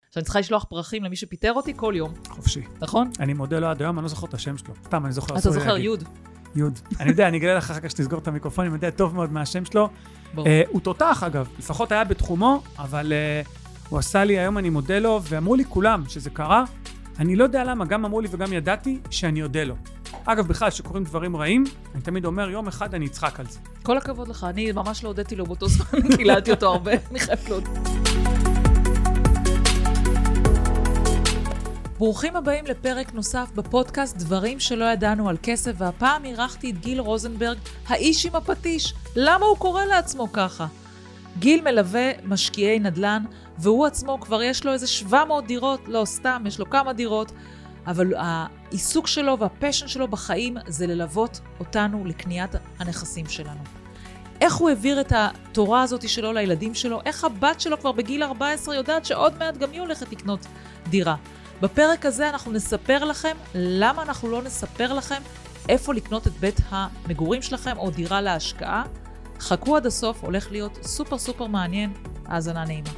שאני צריכה לשלוח פרחים למי שפיטר אותי כל יום. חופשי. נכון? אני מודה לו עד היום, אני לא זוכר את השם שלו. סתם, אני זוכר. אתה זוכר יוד. יוד. אני יודע, אני אגלה לך אחר כך שתסגור את המיקרופון, אני יודע טוב מאוד מהשם שלו. הוא תותח אגב, לפחות היה בתחומו, אבל הוא עשה לי, היום אני מודה לו, ואמרו לי כולם שזה קרה. אני לא יודע למה, גם אמרו לי וגם ידעתי שאני יודע לו. אגב, בכלל, שקוראים דברים רעים, אני תמיד אומר, יום אחד אני אצחק על זה. כל הכבוד לך, אני ממש לא הודיתי לו באותו זמן, קיללתי אותו הרבה, אני חייבת לו. ברוכים הבאים לפרק נוסף בפודקאסט דברים שלא ידענו על כסף, והפעם אירחתי את גיל רוזנברג, האיש עם הפטיש. למה הוא קורא לעצמו ככה? גיל מלווה משקיעי נדל"ן, והוא עצמו כבר יש לו איזה 700 דירות, לא סתם, יש לו כמה דירות, אבל העיסוק שלו והפשן שלו בחיים זה ללוות אותנו לקניית הנכסים שלנו. איך הוא העביר את התורה הזאת שלו לילדים שלו, איך הבת שלו כבר בגיל 14 יודעת שעוד מעט גם היא הולכת לקנות דירה. בפרק הזה אנחנו נספר לכם למה אנחנו לא נספר לכם איפה לקנות את בית המגורים שלכם או דירה להשקעה. חכו עד הסוף, הולך להיות סופר סופר מעניין. האזנה נעימה.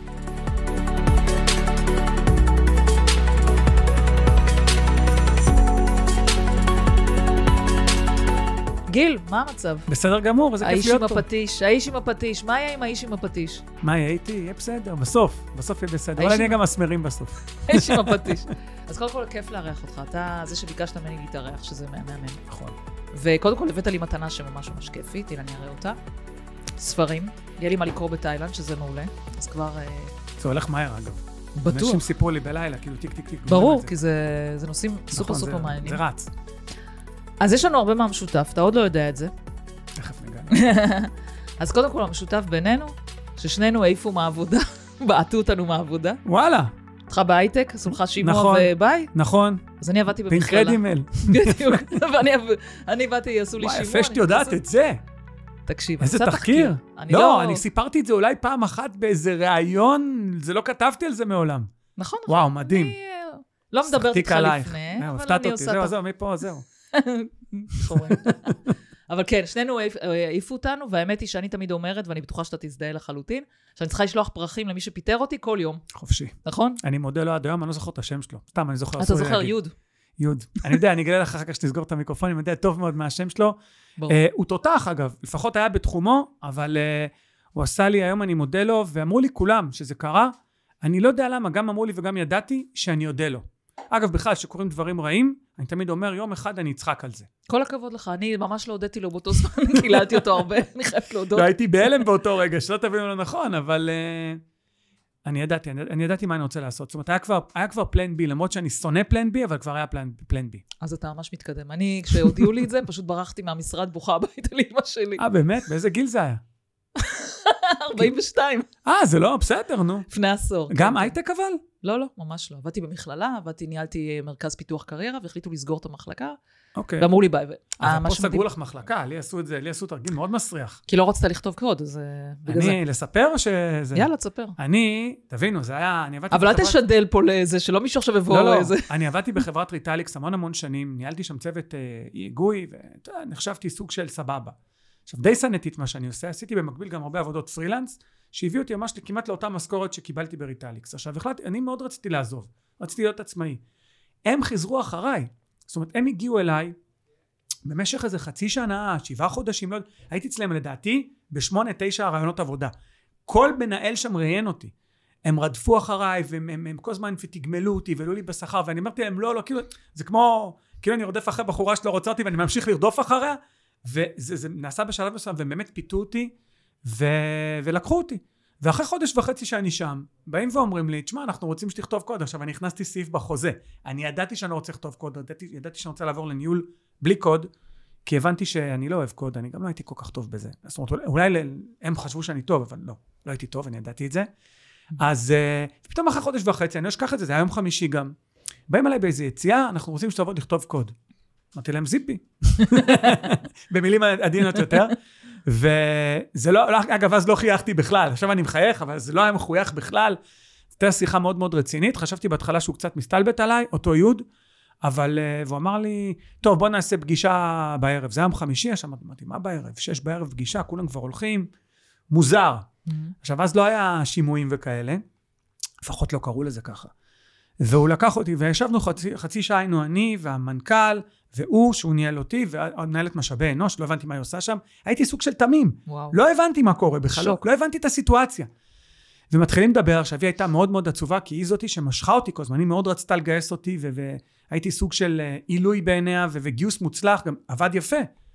גיל, מה המצב? בסדר גמור, איזה כיף להיות פה. האיש עם הפטיש, מה יהיה עם האיש עם הפטיש? מה יהיה איתי? יהיה בסדר, בסוף יהיה בסדר. אולי נהיה גם מסמרים בסוף. האיש עם הפטיש. אז קודם כל, כיף לארח אותך. אתה זה שביקשת ממני להתארח, שזה מהמם. נכון. וקודם כל, הבאת לי מתנה שממש ממש כיפית, הנה אני אראה אותה. ספרים, יהיה לי מה לקרוא בתאילנד, שזה מעולה. אז כבר... זה הולך מהר, אגב. בטוח. אנשים סיפרו לי בלילה, כאילו טיק טיק טיק. ברור, כי זה נושאים סופר סופר מעניינים. זה רץ. אז יש לנו הרבה מה משותף, אתה עוד לא יודע את זה. תכף נגע. אז קודם כל המשותף בינינו, ששנינו העיפו מהעבודה, בעטו אותנו מהעבודה. וואלה. אותך בהייטק, עשו לך שימוע וביי. נכון. אז אני עבדתי במכללה. פינקרדימל. בדיוק. ואני באתי, עשו לי שימוע. וואי, יפה שאת יודעת את זה. תקשיב, איזה תחקיר. לא, אני סיפרתי את זה אולי פעם אחת באיזה ראיון, זה לא כתבתי על זה מעולם. נכון. וואו, מדהים. אני לא מדברת איתך לפני, אבל אני עושה... זהו, מפה, זהו. אבל כן, שנינו העיפו אותנו, והאמת היא שאני תמיד אומרת, ואני בטוחה שאתה תזדהה לחלוטין, שאני צריכה לשלוח פרחים למי שפיטר אותי כל יום. חופשי. נכון? אני מודה לו עד היום, אני לא זוכר את השם שלו. סתם, אני זוכר. אתה זוכר יוד. יוד. אני יודע, אני אגלה לך אחר כך שתסגור את המיקרופון, אני יודע טוב מאוד מהשם שלו. הוא תותח אגב, לפחות היה בתחומו, אבל הוא עשה לי, היום אני מודה לו, ואמרו לי כולם שזה קרה. אני לא יודע למה, גם אמרו לי וגם ידעתי שאני יודע לו. אגב, בכלל, שקוראים דברים רעים, אני תמיד אומר, יום אחד אני אצחק על זה. כל הכבוד לך, אני ממש לא הודיתי לו באותו זמן, קיללתי אותו הרבה, אני חייבת להודות. לא הייתי בהלם באותו רגע, שלא תבינו לא נכון, אבל אני ידעתי מה אני רוצה לעשות. זאת אומרת, היה כבר פלן בי, למרות שאני שונא פלן בי, אבל כבר היה פלן בי. אז אתה ממש מתקדם. אני, כשהודיעו לי את זה, פשוט ברחתי מהמשרד, בוכה הביתה לאמא שלי. באמת? באיזה גיל זה היה? 42. זה לא, בסדר, נו. לפני עשור. גם הייטק אבל? לא, ממש לא. עבדתי במכללה, ניהלתי מרכז פיתוח קריירה, והחליטו לסגור את המחלקה. אוקיי. ואמרו לי ביי. אבל פה סגרו לך מחלקה, לי עשו תרגיל מאוד מסריח. כי לא רצית לכתוב קוד, אז בגלל זה. לספר או שזה... יאללה, תספר. תבינו, זה היה... אבל אל תשדל פה לאיזה, שלא מישהו עכשיו יבוא איזה. אני עבדתי בחברת ריטליקס המון שנים, ניהלתי שם צוות היגוי, ונחשבתי סוג של סבבה. עכשיו, די סנטית מה שאני עושה, עשיתי במקביל גם הרבה עבודות פרילנס, שהביאו אותי ממש כמעט לאותה משכורת שקיבלתי בריטליקס. עכשיו, אני מאוד רציתי לעזוב, רציתי להיות עצמאי. הם חזרו אחריי, זאת אומרת, הם הגיעו אליי, במשך איזה חצי שנה, 7 חודשים, לא, הייתי אצלם לדעתי, ב8-9 רעיונות עבודה. כל מנהל שם ראיין אותי. הם רדפו אחריי, והם כל הזמן תגמלו אותי, ולו לי בשכר, ואני אמרתי להם, לא, כאילו, זה כמו, כאילו אני רודף אחרי בחורה שלא רוצה אותי, ואני ממשיך לרדוף אחריה, וזה נעשה בשלב מסוים, והם באמת פיתו אותי, ולקחו אותי. ואחרי חודש וחצי שאני שם, באים ואומרים לי, תשמע, אנחנו רוצים שתכתוב קוד. עכשיו, אני הכנסתי סעיף בחוזה. אני ידעתי שאני לא רוצה לכתוב קוד, ידעתי שאני רוצה לעבור לניהול בלי קוד, כי הבנתי שאני לא אוהב קוד, אני גם לא הייתי כל כך טוב בזה. זאת אומרת, אולי הם חשבו שאני טוב, אבל לא הייתי טוב, אני ידעתי את זה. אז פתאום אחרי חודש וחצי, אני לא אשכח את זה, זה היה יום חמישי גם. באים עליי באיזו יציאה, אנחנו רוצים שתעבוד לכתוב קוד. אמרתי להם, זיפי. במילים עדינות יותר. וזה לא, אגב, אז לא חייכתי בכלל. עכשיו אני מחייך, אבל זה לא היה מחוייך בכלל. זאת הייתה שיחה מאוד מאוד רצינית. חשבתי בהתחלה שהוא קצת מסתלבט עליי, אותו יוד, אבל הוא אמר לי, טוב, בוא נעשה פגישה בערב. זה היה יום חמישי, עכשיו אמרתי, מה בערב? 6 בערב פגישה, כולם כבר הולכים. מוזר. עכשיו, אז לא היה שימועים וכאלה. לפחות לא קראו לזה ככה. והוא לקח אותי, וישבנו חצי שעה, היינו אני והמנכ"ל, והוא, שהוא ניהל אותי, ומנהלת משאבי אנוש, לא הבנתי מה היא עושה שם, הייתי סוג של תמים. וואו. לא הבנתי מה קורה בכלל, לא הבנתי את הסיטואציה. ומתחילים לדבר, עכשיו היא הייתה מאוד מאוד עצובה, כי היא זאתי שמשכה אותי כל הזמן, היא מאוד רצתה לגייס אותי, והייתי סוג של עילוי בעיניה, וגיוס מוצלח, גם עבד יפה.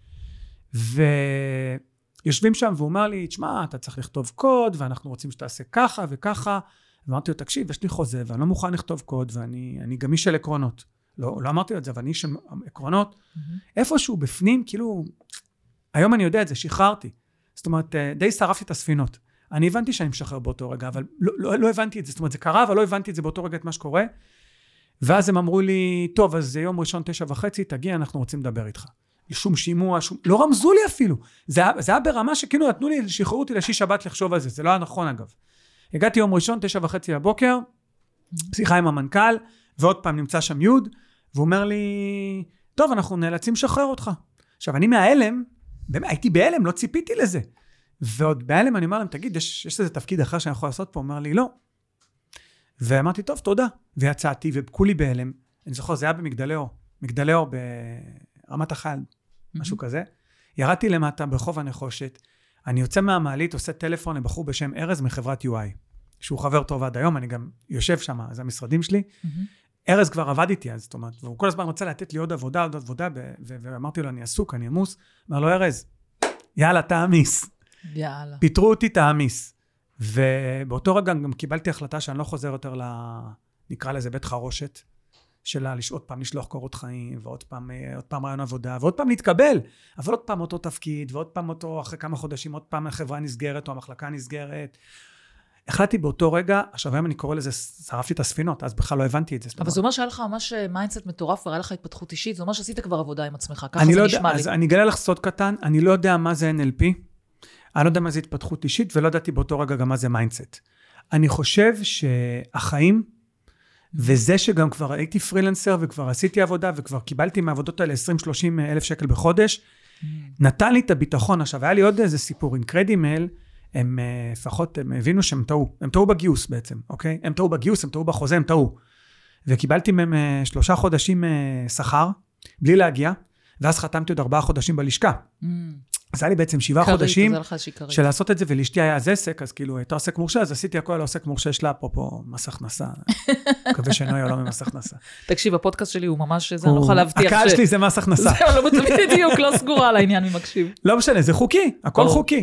ויושבים שם, והוא אומר לי, תשמע, אתה צריך לכתוב קוד, ואנחנו רוצים שתעשה ככה וככה. ואמרתי לו, תקשיב, יש לי חוזה, ואני לא מוכן לכתוב קוד, ואני גם איש של עקרונות. לא אמרתי לו את זה, אבל אני איש של עקרונות. איפשהו בפנים, כאילו, היום אני יודע את זה, שחררתי. זאת אומרת, די שרפתי את הספינות. אני הבנתי שאני משחרר באותו רגע, אבל לא הבנתי את זה. זאת אומרת, זה קרה, אבל לא הבנתי את זה באותו רגע את מה שקורה. ואז הם אמרו לי, טוב, אז זה יום ראשון 9:30, תגיע, אנחנו רוצים לדבר איתך. שום שימוע, לא רמזו לי אפילו. זה היה ברמה שכאילו נתנו לי, שחררו אותי לשישי שבת לחשוב על זה. זה לא היה נכון, אגב. הגעתי יום ראשון, 9:30 לבוקר, שיחה עם המנכ"ל, ועוד פעם נמצא שם יוד, והוא אומר לי, טוב, אנחנו נאלצים לשחרר אותך. עכשיו, אני מהאלם, באמת, הייתי בהלם, לא ציפיתי לזה. ועוד בהלם אני אומר להם, תגיד, יש איזה תפקיד אחר שאני יכול לעשות פה? הוא אומר לי, לא. ואמרתי, טוב, תודה. ויצאתי, וכולי בהלם. אני זוכר, זה היה במגדלי אור ברמת החייל, משהו כזה. ירדתי למטה ברחוב הנחושת, אני יוצא מהמעלית, עושה טלפון לבחור בשם ארז מחברת UI, שהוא חבר טוב עד היום, אני גם יושב שם, זה המשרדים שלי. ארז כבר עבד איתי אז, זאת אומרת, והוא כל הזמן רוצה לתת לי עוד עבודה, ואמרתי לו, אני עסוק, אני עמוס. אמר לו, ארז, יאללה, תאמיס. יאללה. פיטרו אותי, תאמיס. ובאותו רגע גם קיבלתי החלטה שאני לא חוזר יותר נקרא לזה בית חרושת, שלה עוד פעם לשלוח קורות חיים, ועוד פעם רעיון עבודה, ועוד פעם להתקבל, אבל עוד פעם אותו תפקיד, ועוד פעם אותו אחרי כמה חודשים, עוד פעם החברה נסגרת, או המחלקה נסגרת. החלטתי באותו רגע, עכשיו היום אני קורא לזה, שרפתי את הספינות, אז בכלל לא הבנתי את זה. אבל זה אומר שהיה לך ממש מיינדסט מטורף, וראה לך התפתחות אישית, זה אומר שעשית כבר עבודה עם עצמך, ככה זה נשמע לי. אז אני אגלה לך סוד קטן, אני לא יודע מה זה NLP, אני לא יודע מה זה התפתחות אישית, ולא ידעתי באותו רגע גם מה זה מיינדסט. אני חושב שהחיים, וזה שגם כבר הייתי פרילנסר, וכבר עשיתי עבודה, וכבר קיבלתי מהעבודות האלה 20-30 אלף שקל בחודש, נתן לי את הביטחון. עכשיו, היה לי עוד איזה סיפור, עם קרדימייל, הם לפחות, הם הבינו שהם טעו. הם טעו בגיוס בעצם, אוקיי? הם טעו בגיוס, הם טעו בחוזה, הם טעו. וקיבלתי מהם 3 חודשים שכר, בלי להגיע, ואז חתמתי עוד 4 חודשים בלשכה. אז היה לי בעצם 7 חודשים של לעשות את זה, ולאשתי היה אז עסק, אז כאילו הייתה עוסק מורשה, אז עשיתי הכל על עוסק מורשה שלה, אפרופו מס הכנסה. מקווה שנוי עולם ממס הכנסה. תקשיב, הפודקאסט שלי הוא ממש, זה אני לא יכולה להבטיח הקהל שלי זה מס הכנסה. זהו, לא בדיוק, לא סגורה על העניין ממקשיב. לא משנה, זה חוקי, הכל חוקי.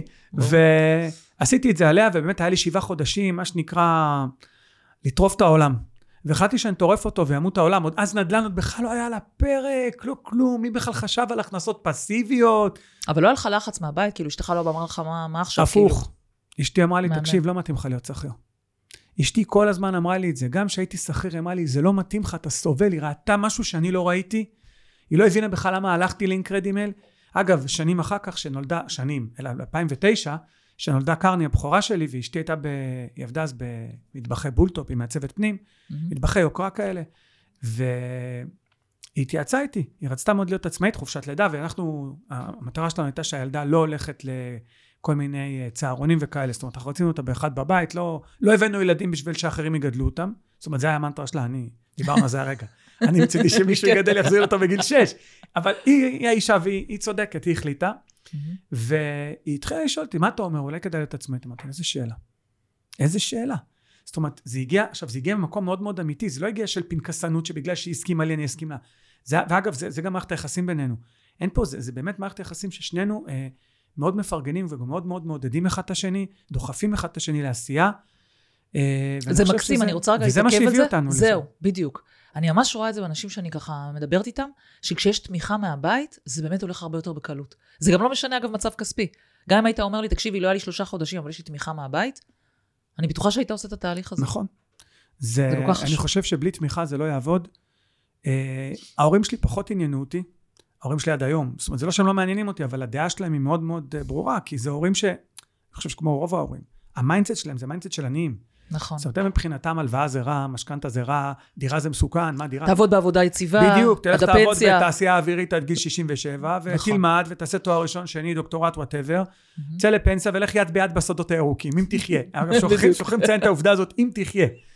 ועשיתי את זה עליה, ובאמת היה לי 7 חודשים, מה שנקרא, לטרוף את העולם. והחלטתי שאני טורף אותו וימות העולם, עוד אז נדל"ן עוד בכלל לא היה על הפרק, לא כלום, מי בכלל חשב על הכנסות פסיביות. אבל לא היה לך לחץ מהבית, כאילו אשתך לא אמרה לך מה עכשיו? הפוך. אשתי אמרה לי, תקשיב, לא מתאים לך להיות שכיר. אשתי כל הזמן אמרה לי את זה, גם שהייתי שכיר, אמרה לי, זה לא מתאים לך, אתה סובל, היא ראתה משהו שאני לא ראיתי, היא לא הבינה בכלל למה הלכתי לאינקרדימייל. אגב, שנים אחר כך שנולדה, אלא 2009, שנולדה קרני, הבכורה שלי, ואשתי הייתה היא עבדה אז במטבחי בולטופ, עם מעצבת פנים, מטבחי יוקרה כאלה, והיא התייעצה איתי, היא רצתה מאוד להיות עצמאית, חופשת לידה, המטרה שלנו הייתה שהילדה לא הולכת לכל מיני צהרונים וכאלה, זאת אומרת, אנחנו רצינו אותה באחד בבית, לא הבאנו ילדים בשביל שאחרים יגדלו אותם, זאת אומרת, זה היה המנטרה שלה, דיברנו על זה הרגע, אני מצידי שמישהו יגדל יחזיר אותו בגיל 6, אבל היא האישה והיא צודקת, היא החליטה, והיא התחילה לשאול אותי, מה אתה אומר? אולי כדאי להיות עצמאית? אמרתי, איזה שאלה? זאת אומרת, זה הגיע ממקום מאוד מאוד אמיתי, זה לא הגיע של פנקסנות שבגלל שהיא הסכימה לי, אני אסכים לה. ואגב, זה גם מערכת היחסים בינינו. אין פה, זה באמת מערכת היחסים ששנינו מאוד מפרגנים וגם מאוד מאוד מעודדים אחד את השני, דוחפים אחד את השני לעשייה. זה מקסים, אני רוצה רגע להתעכב על זה. וזה מה שהביא אותנו לזה. זהו, בדיוק. אני ממש רואה את זה באנשים שאני ככה מדברת איתם, שכשיש תמיכה מהבית, זה באמת הולך הרבה יותר בקלות. זה גם לא משנה, אגב, מצב כספי. גם אם היית אומר לי, תקשיבי, לא היה לי 3 חודשים, אבל יש לי תמיכה מהבית, אני בטוחה שהיית עושה את התהליך הזה. נכון. אני חושב שבלי תמיכה זה לא יעבוד. ההורים שלי פחות עניינו אותי, ההורים שלי עד היום. זאת אומרת, זה לא שהם לא מעניינים אותי, אבל הדעה שלהם היא מאוד מאוד ברורה, כי זה הורים אני חושב שכמו רוב ההורים, המיינדסט שלהם זה מיינדסט של עניים. נכון. זאת אומרת, מבחינתם הלוואה זה רע, משכנתה זה רע, דירה זה מסוכן, מה דירה? תעבוד בעבודה יציבה, בדיוק, תלך תעבוד בתעשייה האווירית עד גיל 67, ותלמד ותעשה תואר ראשון, שני, דוקטורט, whatever, צא לפנסיה ולך יד ביד בסודות הירוקים, אם תחיה. אגב, שוכחים לציין את העובדה הזאת, אם תחיה.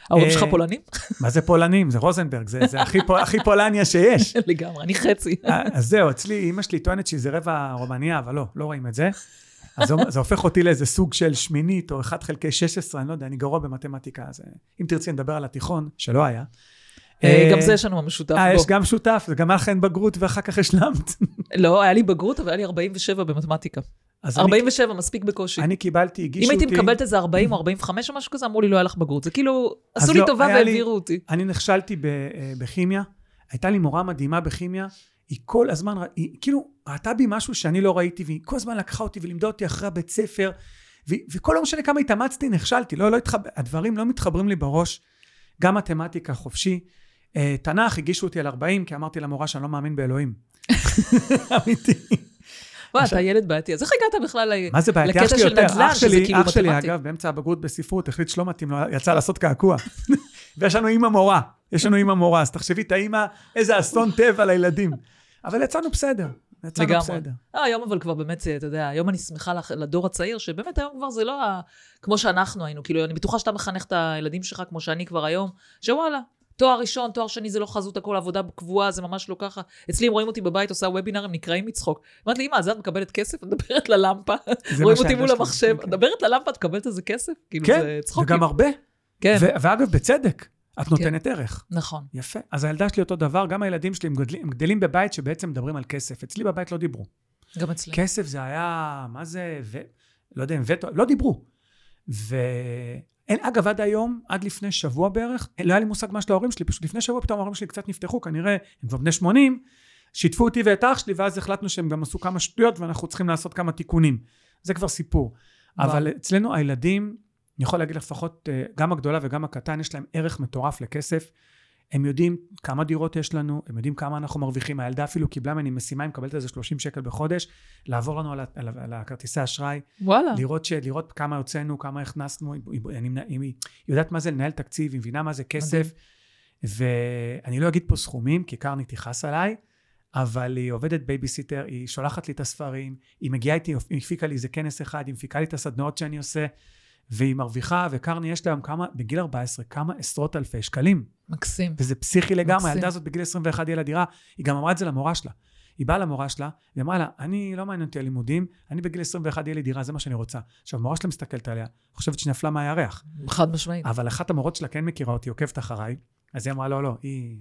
ההורים שלך פולנים? מה זה פולנים? זה רוזנברג, זה הכי פולניה שיש. לגמרי, אני חצי. אז זהו, אצלי, אמא שלי טוענת שזה רבע רומניה, אבל לא רואים את זה. אז זה הופך אותי לאיזה סוג של שמינית, או 1/16, אני לא יודע, אני גרוע במתמטיקה, אז אם תרצי נדבר על התיכון, שלא היה. גם זה יש לנו משותף בו. יש גם שותף, זה גם היה בגרות ואחר כך השלמת. לא, היה לי בגרות, אבל היה לי 47 במתמטיקה. 47, מספיק בקושי. אני קיבלתי, הגישו אותי. אם הייתי מקבלת איזה 40 או 45 או משהו כזה, אמרו לי לא היה לך בגרות. זה כאילו, עשו לי טובה והעבירו אותי. אני נכשלתי בכימיה, הייתה לי מורה מדהימה בכימיה, היא כל הזמן, היא כאילו ראתה בי משהו שאני לא ראיתי, והיא כל הזמן לקחה אותי ולימדה אותי אחרי הבית ספר, וכל לא משנה כמה התאמצתי, נכשלתי, הדברים לא מתחברים לי בראש, גם מתמטיקה חופשי, תנ"ך, הגישו אותי על 40, כי אמרתי למורה שאני לא מאמין באלוהים. אמיתי. וואי, אתה ילד בעייתי, אז איך הגעת בכלל מה זה בעייתי? לקטע של נדל"ן, שזה כאילו מתמטי? אח שלי, אגב, באמצע הבגרות בספרות, החליט שלא מתאים לו, יצא לעשות קעקוע. ויש לנו אימא מורה, אז תחשבי את האימא, איזה אסון טבע לילדים. אבל יצאנו בסדר. היום אבל כבר באמת, אתה יודע, היום אני שמחה לדור הצעיר, שבאמת היום כבר זה לא כמו שאנחנו היינו, כאילו אני בטוחה שאתה מחנך את הילדים שלך, כמו שאני כבר היום, שוואלה, תואר ראשון, תואר שני, זה לא חזות הכל, עבודה קבועה, זה ממש לא ככה. אצלי הם רואים אותי בבית, עושה וובינרים, נקראים מצחוק. אמרת לי, אמא, אז את מקבלת כסף? את מדברת ללמפה, רואים אותי מול המחשב, את מדברת ללמפה, את מקבלת איזה כסף? כן, וגם הרבה. ואגב, בצדק, את נותנת ערך. נכון. יפה. אז הילדה שלי אותו דבר, גם הילדים שלי, הם גדלים בבית שבעצם מדברים על כסף. אצלי בבית לא דיברו. גם אצלי. כסף זה היה, מה זה, לא יודע, לא דיברו. אגב, עד היום, עד לפני שבוע בערך, לא היה לי מושג מה של ההורים שלי, פשוט לפני שבוע פתאום ההורים שלי קצת נפתחו, כנראה, הם כבר בני 80, שיתפו אותי ואת אח שלי, ואז החלטנו שהם גם עשו כמה שטויות, ואנחנו צריכים לעשות כמה תיקונים. זה כבר סיפור. אבל אצלנו הילדים, אני יכול להגיד לפחות, גם הגדולה וגם הקטן, יש להם ערך מטורף לכסף. הם יודעים כמה דירות יש לנו, הם יודעים כמה אנחנו מרוויחים. הילדה אפילו קיבלה ממני משימה, היא מקבלת איזה 30 שקל בחודש, לעבור לנו על הכרטיסי אשראי. וואלה. לראות כמה יוצאנו, כמה הכנסנו. היא יודעת מה זה לנהל תקציב, היא מבינה מה זה כסף. ואני לא אגיד פה סכומים, כי קרני תיחס עליי, אבל היא עובדת בייביסיטר, היא שולחת לי את הספרים, היא מגיעה איתי, היא הפיקה לי איזה כנס אחד, היא מפיקה לי את הסדנאות שאני עושה, והיא מרוויחה, וקרני יש להם בגיל 14, כמה עשרות אלפי שקלים. מקסים. וזה פסיכי לגמרי, הילדה הזאת בגיל 21 יהיה לה דירה, היא גם אמרה את זה למורה שלה. היא באה למורה שלה, והיא אמרה לה, אני לא מעניין אותי על לימודים, אני בגיל 21 יהיה לי דירה, זה מה שאני רוצה. עכשיו, המורה שלה מסתכלת עליה, חושבת שנפלה מהירח. חד משמעית. אבל אחת המורות שלה כן מכירה אותי, עוקבת אחריי, אז היא אמרה, לא,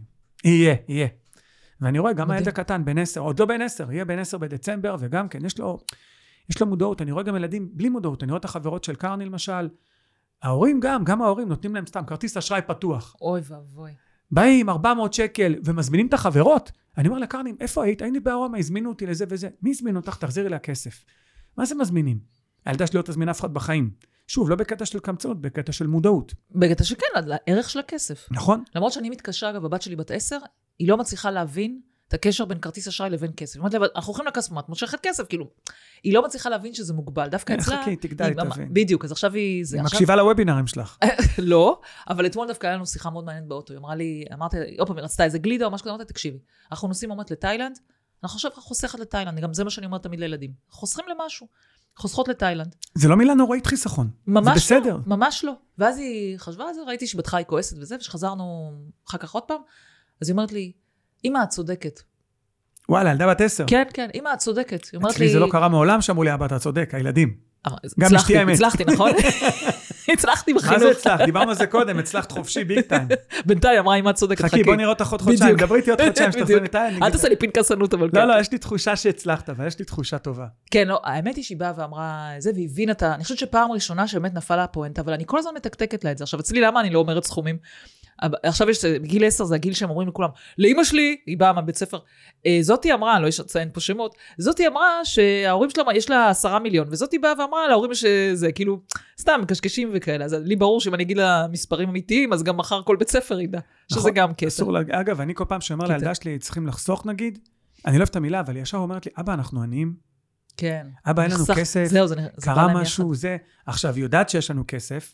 יהיה. ואני רואה גם הילד הקטן, בן 10, עוד לא בן 10, יהיה בן 10 בדצמבר, וגם כן, יש לו מודעות, אני רואה גם ילדים בלי מודעות, אני רואה את החברות של קרני למשל, ההורים גם ההורים נותנים להם סתם כרטיס אשראי פתוח. אוי ואבוי. באים 400 שקל ומזמינים את החברות, אני אומר לקרני, איפה היית? הייתי בארומה, הזמינו אותי לזה וזה, מי הזמין אותך? תחזירי לה כסף. מה זה מזמינים? הילדה שלי לא תזמין אף אחד בחיים. שוב, לא בקטע של קמצנות, בקטע של מודעות. בקטע שכן, הערך של הכסף. נכון. למרות שאני מתקשרה, אגב, הבת שלי בת 10, היא לא מצליחה להבין את הקשר בין כרטיס אשראי לבין כסף. אנחנו הולכים לכספומט, מושכת כסף, כאילו, היא לא מצליחה להבין שזה מוגבל. דווקא אצלה... חכי, תגדל, תבין. בדיוק, אז עכשיו היא... היא מקשיבה לוובינרים שלך. לא, אבל אתמול דווקא היה לנו שיחה מאוד מעניינת באוטו. היא אמרה לי, אמרתי, היא רצתה איזה גלידה או משהו כזה, אמרתי, תקשיבי, אנחנו נוסעים אומרת לתאילנד, אנחנו עכשיו חוסכת לתאילנד, גם זה מה שאני אומרת תמיד לילדים. חוסכים למשהו, חוסכות לתאילנד. זה לא מילה נוראית חיסכון. זה בסדר. ממש לא. ואז היא חשבה על זה, ראיתי שבתך היא כועסת וזה, ושחזרנו אחר כך עוד פעם, אז היא אומרת לי, אמא, את צודקת. וואלה, ילדה בת 10. כן, אמא, את צודקת. אצלי זה לא קרה מעולם, שאמרו לי, אבא, אתה צודק, הילדים. גם אשתי האמת. הצלחתי, נכון? הצלחתי בחינוך. מה זה הצלחת? דיברנו על זה קודם, הצלחת חופשי ביג טיים. בינתיים אמרה, אמא, את צודקת, חכי, בוא נראה אותך עוד חודשיים, דברי איתי עוד חודשיים, שתחזרי איתי. אל תעשה לי פנקסנות, אבל לא, יש לי תחושה שהצלחת, אבל יש לי תחושה טובה. כן, לא, האמת היא שהיא באה ואמרה זה, והבינה את אני חושבת שפעם ראשונה שבאמת נפל לה הפואנטה, אבל אני כל הזמן מתקתקת לה את זה. עכשיו, אצלי למה אני לא אומרת סכומים? עכשיו יש, בגיל 10 זה הגיל שהם אומרים לכולם, לאמא שלי, היא באה מהבית ספר, זאתי אמרה, אני לא אציין פה שמות, זאתי אמרה שההורים שלה, יש לה 10 מיליון, וזאתי באה ואמרה, להורים שזה כאילו, סתם, קשקשים וכאלה, אז לי ברור שאם אני אגיד לה מספרים אמיתיים, אז גם מחר כל בית ספר ידע, שזה גם קטע. אגב, אני כל פעם שאומר לילדה שלי, צריכים לחסוך נגיד, אני לא אוהב את המילה, אבל ישר אומרת לי, אבא, אנחנו עניים. כן. אבא, אין לנו כסף, קרה משהו, זה. עכשיו, היא יודעת שיש לנו כסף,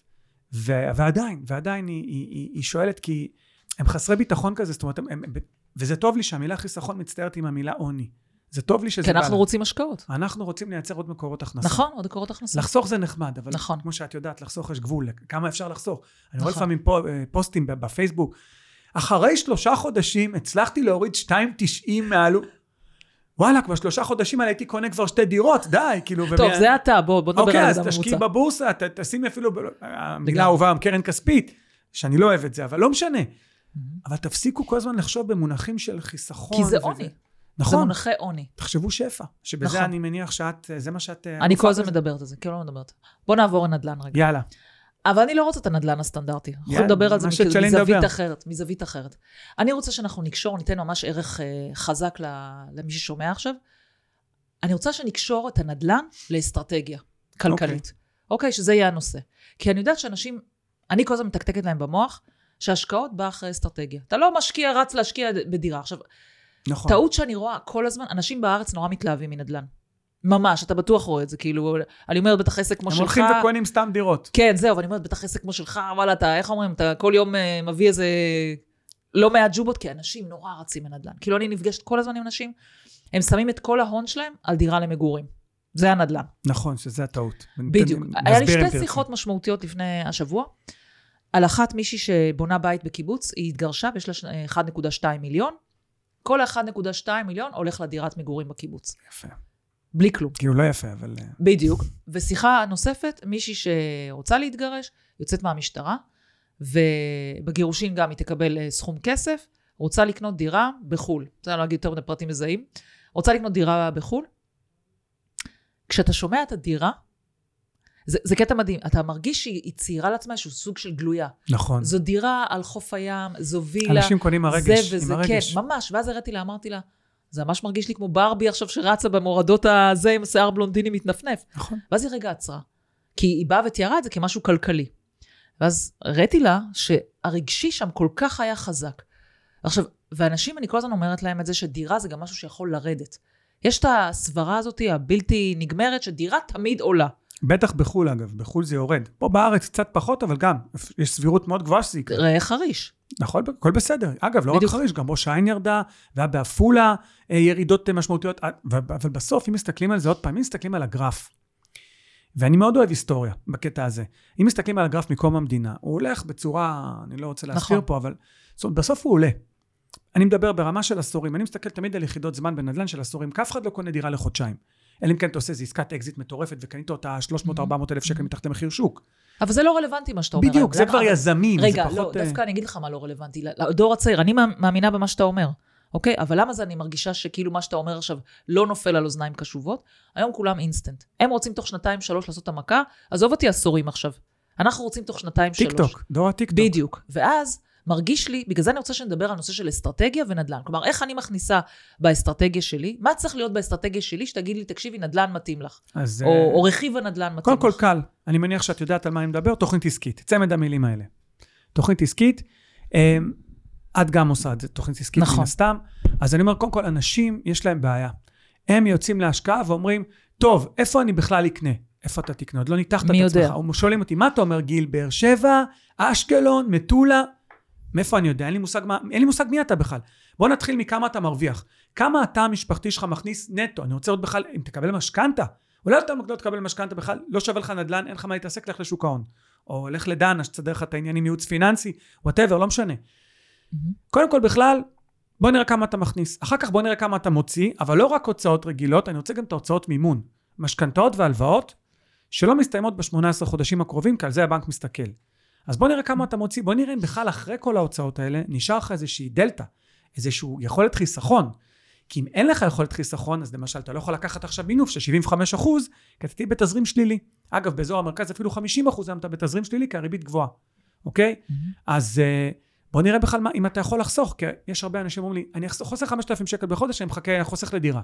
ועדיין היא שואלת, כי הם חסרי ביטחון כזה, זאת אומרת, וזה טוב לי שהמילה חיסכון מצטערת עם המילה עוני. זה טוב לי שזה כי בא. אנחנו רוצים השקעות. אנחנו רוצים לייצר עוד מקורות הכנסה. נכון, עוד מקורות הכנסה. לחסוך זה נחמד, אבל נכון. כמו שאת יודעת, לחסוך יש גבול, כמה אפשר לחסוך. אני רואה נכון. לפעמים פוסטים בפייסבוק, אחרי 3 חודשים הצלחתי להוריד 2.90 מעלו. וואלה, כבר 3 חודשים האלה הייתי קונה כבר 2 דירות, די, כאילו. טוב, זה אתה, בוא נדבר על זה אוקיי, הממוצע. אז תשקיעי בבורסה, תשימי אפילו, המילה האהובה, קרן כספית, שאני לא אוהב את זה, אבל לא משנה. אבל תפסיקו כל הזמן לחשוב במונחים של חיסכון. כי זה עוני. נכון. זה מונחי עוני. תחשבו שפע, שבזה אני מניח שאת, זה מה שאת... אני כל זה מדברת על זה, כאילו לא מדברת. בוא נעבור לנדל"ן רגע. יאללה. אבל אני לא רוצה את הנדל"ן הסטנדרטי. אנחנו יכולים לדבר על זה מזווית אחרת. אני רוצה שאנחנו נקשור, ניתן ממש ערך חזק למי ששומע עכשיו. אני רוצה שנקשור את הנדל"ן לאסטרטגיה כלכלית. אוקיי, שזה יהיה הנושא. כי אני יודעת שאנשים, אני כל הזמן מתקתקת להם במוח, שהשקעות באה אחרי אסטרטגיה. אתה לא משקיע, רץ להשקיע בדירה. עכשיו, נכון. טעות שאני רואה כל הזמן, אנשים בארץ נורא מתלהבים מנדל"ן. ממש, אתה בטוח רואה את זה, כאילו, אני אומרת בטח עסק כמו שלך. הם הולכים וקונים סתם דירות. כן, זהו, ואני אומרת בטח עסק כמו שלך, אבל אתה, איך אומרים, אתה כל יום מביא איזה לא מעט ג'ובות, כי אנשים נורא רצים מנדל"ן. כאילו אני נפגשת כל הזמן עם אנשים, הם שמים את כל ההון שלהם על דירה למגורים. זה הנדל"ן. נכון, שזה הטעות. בדיוק. היה לי 2 שיחות משמעותיות לפני השבוע, על אחת מישהי שבונה בית בקיבוץ, היא התגרשה ויש לה 1.2 מיליון, כל ה-1.2 מיליון הולך לדירת מגורים בקיבוץ. יפה. בלי כלום. כאילו לא יפה, אבל... בדיוק. ושיחה נוספת, מישהי שרוצה להתגרש, יוצאת מהמשטרה, ובגירושין גם היא תקבל סכום כסף, רוצה לקנות דירה בחול. רוצה להגיד יותר פרטים מזהים. רוצה לקנות דירה בחול. כשאתה שומע את הדירה, זה קטע מדהים. אתה מרגיש שהיא צעירה לעצמה, איזשהו סוג של גלויה. נכון. זו דירה על חוף הים, זו וילה. אנשים קונים הרגש, זה וזה, עם הרגש. כן, ממש. ואז הראיתי לה, אמרתי לה, זה ממש מרגיש לי כמו ברבי עכשיו שרצה במורדות הזה עם השיער בלונדיני מתנפנף. נכון. ואז היא רגע עצרה. כי היא באה ותיארה את זה כמשהו כלכלי. ואז הראיתי לה שהרגשי שם כל כך היה חזק. עכשיו, ואנשים, אני כל הזמן אומרת להם את זה, שדירה זה גם משהו שיכול לרדת. יש את הסברה הזאת, הבלתי נגמרת, שדירה תמיד עולה. בטח בחול אגב, בחול זה יורד. פה בארץ קצת פחות, אבל גם, יש סבירות מאוד גבוהה שזה יקרה. ראה חריש. נכון, הכל בסדר. אגב, לא רק חריש, גם ראש העין ירדה, והיה באפולה ירידות משמעותיות, אבל בסוף, אם מסתכלים על זה עוד פעם, אם מסתכלים על הגרף, ואני מאוד אוהב היסטוריה בקטע הזה, אם מסתכלים על הגרף מקום המדינה, הוא הולך בצורה, אני לא רוצה להסביר פה, אבל בסוף הוא עולה. אני מדבר ברמה של עשורים, אני מסתכל תמיד על יחידות זמן בנדל"ן של עשורים, כי אף אחד לא קונה דירה לחודשיים. אלא אם כן אתה עושה איזו עסקת אקזיט מטורפת, וקנית אותה 300-400 אלף שקל מתחת למחיר שוק. אבל זה לא רלוונטי מה שאתה אומר. בדיוק, זה כבר יזמים. רגע, לא, דווקא אני אגיד לך מה לא רלוונטי. לדור הצעיר, אני מאמינה במה שאתה אומר. אוקיי? אבל למה זה אני מרגישה שכאילו מה שאתה אומר עכשיו לא נופל על אוזניים קשובות? היום כולם אינסטנט. הם רוצים תוך 2-3 לעשות את המכה, עזוב אותי עשורים עכשיו. אנחנו רוצים תוך 2-3. טיקטוק, דור הטיקטוק. בדיוק. ואז מרגיש לי, בגלל זה אני רוצה שנדבר על נושא של אסטרטגיה ונדל"ן. כלומר, איך אני מכניסה באסטרטגיה שלי? מה צריך להיות באסטרטגיה שלי? שתגיד לי, תקשיבי, נדל"ן מתאים לך. או רכיב הנדל"ן מתאים לך. קודם כל קל. אני מניח שאת יודעת על מה אני מדבר, תוכנית עסקית. צמד המילים האלה. תוכנית עסקית, את גם עושה את זה, תוכנית עסקית מן הסתם. אז אני אומר, קודם כל, אנשים, יש להם בעיה. הם יוצאים להשקעה ואומרים, טוב, איפה אני בכלל אקנה? איפה אתה תקנה? עוד לא ניתחת את עצמך. שואלים אותי, מה אתה אומר, גיל? באר שבע, אשקלון, מטולה? מאיפה אני יודע? אין לי מושג מי אתה בכלל. בוא נתחיל מכמה אתה מרוויח. כמה אתה המשפחתי שלך מכניס נטו. אני רוצה עוד בכלל, אם תקבל משכנתה, אולי אתה לא תקבל משכנתה בכלל, לא שווה לך נדל"ן, אין לך מה להתעסק, לך לשוק ההון. או לך לדנה, שתסדר לך את העניינים ייעוץ פיננסי, whatever, לא משנה. קודם כל בכלל, בוא נראה כמה אתה מכניס. אחר כך בוא נראה כמה אתה מוציא, אבל לא רק הוצאות רגילות, אני רוצה גם את ההוצאות מימון. משכנתאות והלוואות, שלא מסתיימות ב-18 חודשים הקרובים, כי על זה הבנק מסתכל. אז בוא נראה כמה אתה מוציא, בוא נראה אם בכלל אחרי כל ההוצאות האלה, נשאר לך איזושהי דלטה, איזשהו יכולת חיסכון. כי אם אין לך יכולת חיסכון, אז למשל, אתה לא יכול לקחת עכשיו מינוף של 75%, כי אתה תהיה בתזרים שלילי. אגב, באזור המרכז אפילו 50% אתה בתזרים שלילי, כי הריבית גבוהה. אוקיי? אז בוא נראה בכלל אם אתה יכול לחסוך, כי יש הרבה אנשים אומרים לי, אני חוסך 5,000 שקל בחודש, אני מחכה, חוסך לדירה.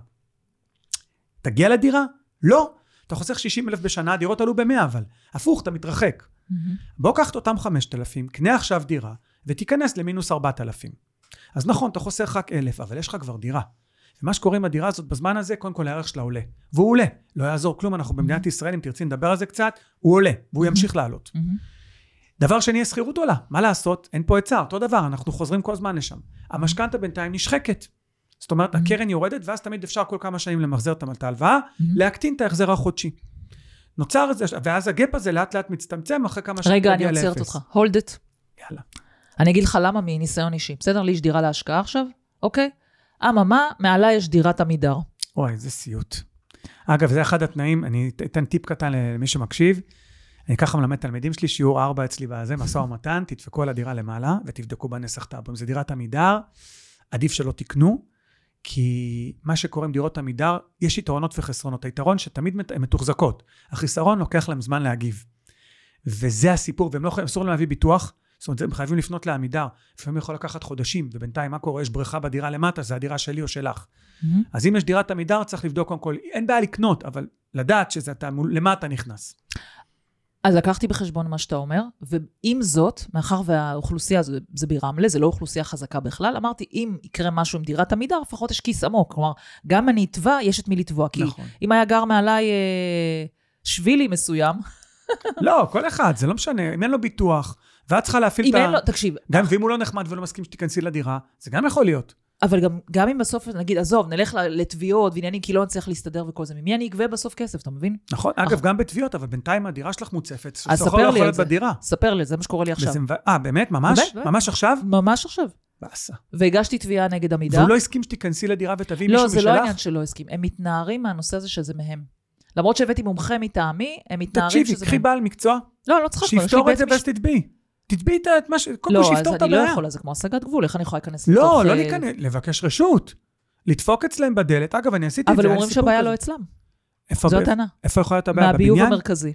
תגיע לדירה? לא. אתה חוסך 60,000 בשנה, הדירות עלו ב100, אבל הפוך, אתה מתרחק. בוא קח את אותם 5,000, קנה עכשיו דירה, ותיכנס למינוס 4,000. אז נכון, אתה חוסך רק 1,000, אבל יש לך כבר דירה. ומה שקורה עם הדירה הזאת בזמן הזה, קודם כל הערך שלה עולה. והוא עולה. לא יעזור כלום, אנחנו במדינת ישראל, אם תרצי נדבר על זה קצת, הוא עולה, והוא ימשיך לעלות. דבר שני, הסחירות עולה. מה לעשות? אין פה היצע, אותו דבר, אנחנו חוזרים כל הזמן לשם. המשכנתה בינתיים נשחקת. זאת אומרת, הקרן יורדת, ואז תמיד אפשר כל כמה שנים למחזר את ההלוואה, להקטין את ההחזר החודשי. נוצר את זה, ואז הגאפ הזה לאט לאט מצטמצם, אחרי כמה שנים רגע, אני עוצרת אותך. hold it. יאללה. אני אגיד לך למה מניסיון אישי. בסדר? לי יש דירה להשקעה עכשיו, אוקיי? אממה, מעלה יש דירת עמידר. אוי, זה סיוט. אגב, זה אחד התנאים, אני אתן טיפ קטן למי שמקשיב, אני ככה מלמד תלמידים שלי, שיעור 4 אצלי בזה, משא ומתן, תדפקו על הדירה למעלה, ותבדקו בנסח טאבו. אם זה דירת עמידר, עדיף שלא תקנו, כי מה שקורה עם דירות עמידר, יש יתרונות וחסרונות. היתרון שתמיד הן מתוחזקות. החיסרון לוקח להם זמן להגיב. וזה הסיפור, והם לא יכולים, אסור להם להביא ביטוח, זאת אומרת, הם חייבים לפנות לעמידר, לפעמים יכול לקחת חודשים, ובינתיים מה קורה? יש בריכה בדירה למטה, זה הדירה שלי או שלך. אז אם יש דירת עמידר, צריך לבדוק קודם כל, אין בעיה לקנות, אבל לדעת שזה אתה למטה נכנס. אז לקחתי בחשבון מה שאתה אומר, ועם זאת, מאחר והאוכלוסייה, זה ברמלה, זה לא אוכלוסייה חזקה בכלל, אמרתי, אם יקרה משהו עם דירת עמידר, לפחות יש כיס עמוק, כלומר, גם אני אתבע, יש את מי לתבוע, כי נכון. אם היה גר מעליי שבילי מסוים, לא, כל אחד, זה לא משנה, אם אין לו ביטוח, ואת צריכה להפעיל אם אין לו, תקשיב. גם ואם הוא לא נחמד ולא מסכים שתיכנסי לדירה, זה גם יכול להיות. אבל גם אם בסוף, נגיד, עזוב, נלך לתביעות ועניינים, כי לא נצליח להסתדר וכל זה, ממי אני אגבה בסוף כסף, אתה מבין? נכון, אגב, גם בתביעות, אבל בינתיים הדירה שלך מוצפת, אז ספר לי על זה. בדירה. ספר לי, זה מה שקורה לי עכשיו. באמת? ממש? ממש עכשיו? ממש עכשיו. בעשה. והגשתי תביעה נגד עמידר. והוא לא הסכים שתיכנסי לדירה ותביא מישהו משלך? לא, זה לא עניין שלא הסכים. הם מתנערים מהנושא הזה שזה מהם. למרות שהבאתי מומחה מטעמי, הם מתנערים שזה מהם. תקשיבי, קחי בעל מקצוע. לא צריכה כבר. שיפתור את זה ואז תתביעי. תתביעי את מה ש... לא, אז אני לא יכולה, זה כמו השגת גבול, איך אני יכולה להיכנס לתוך... לא להיכנס, לבקש רשות. לדפוק אצלם בדלת. אגב, אני עשיתי את זה. אבל הם אומרים שהבעיה לא אצלם. זו הטענה. איפה יכולה להיות הבעיה? בבניין? מהביוב המרכזי.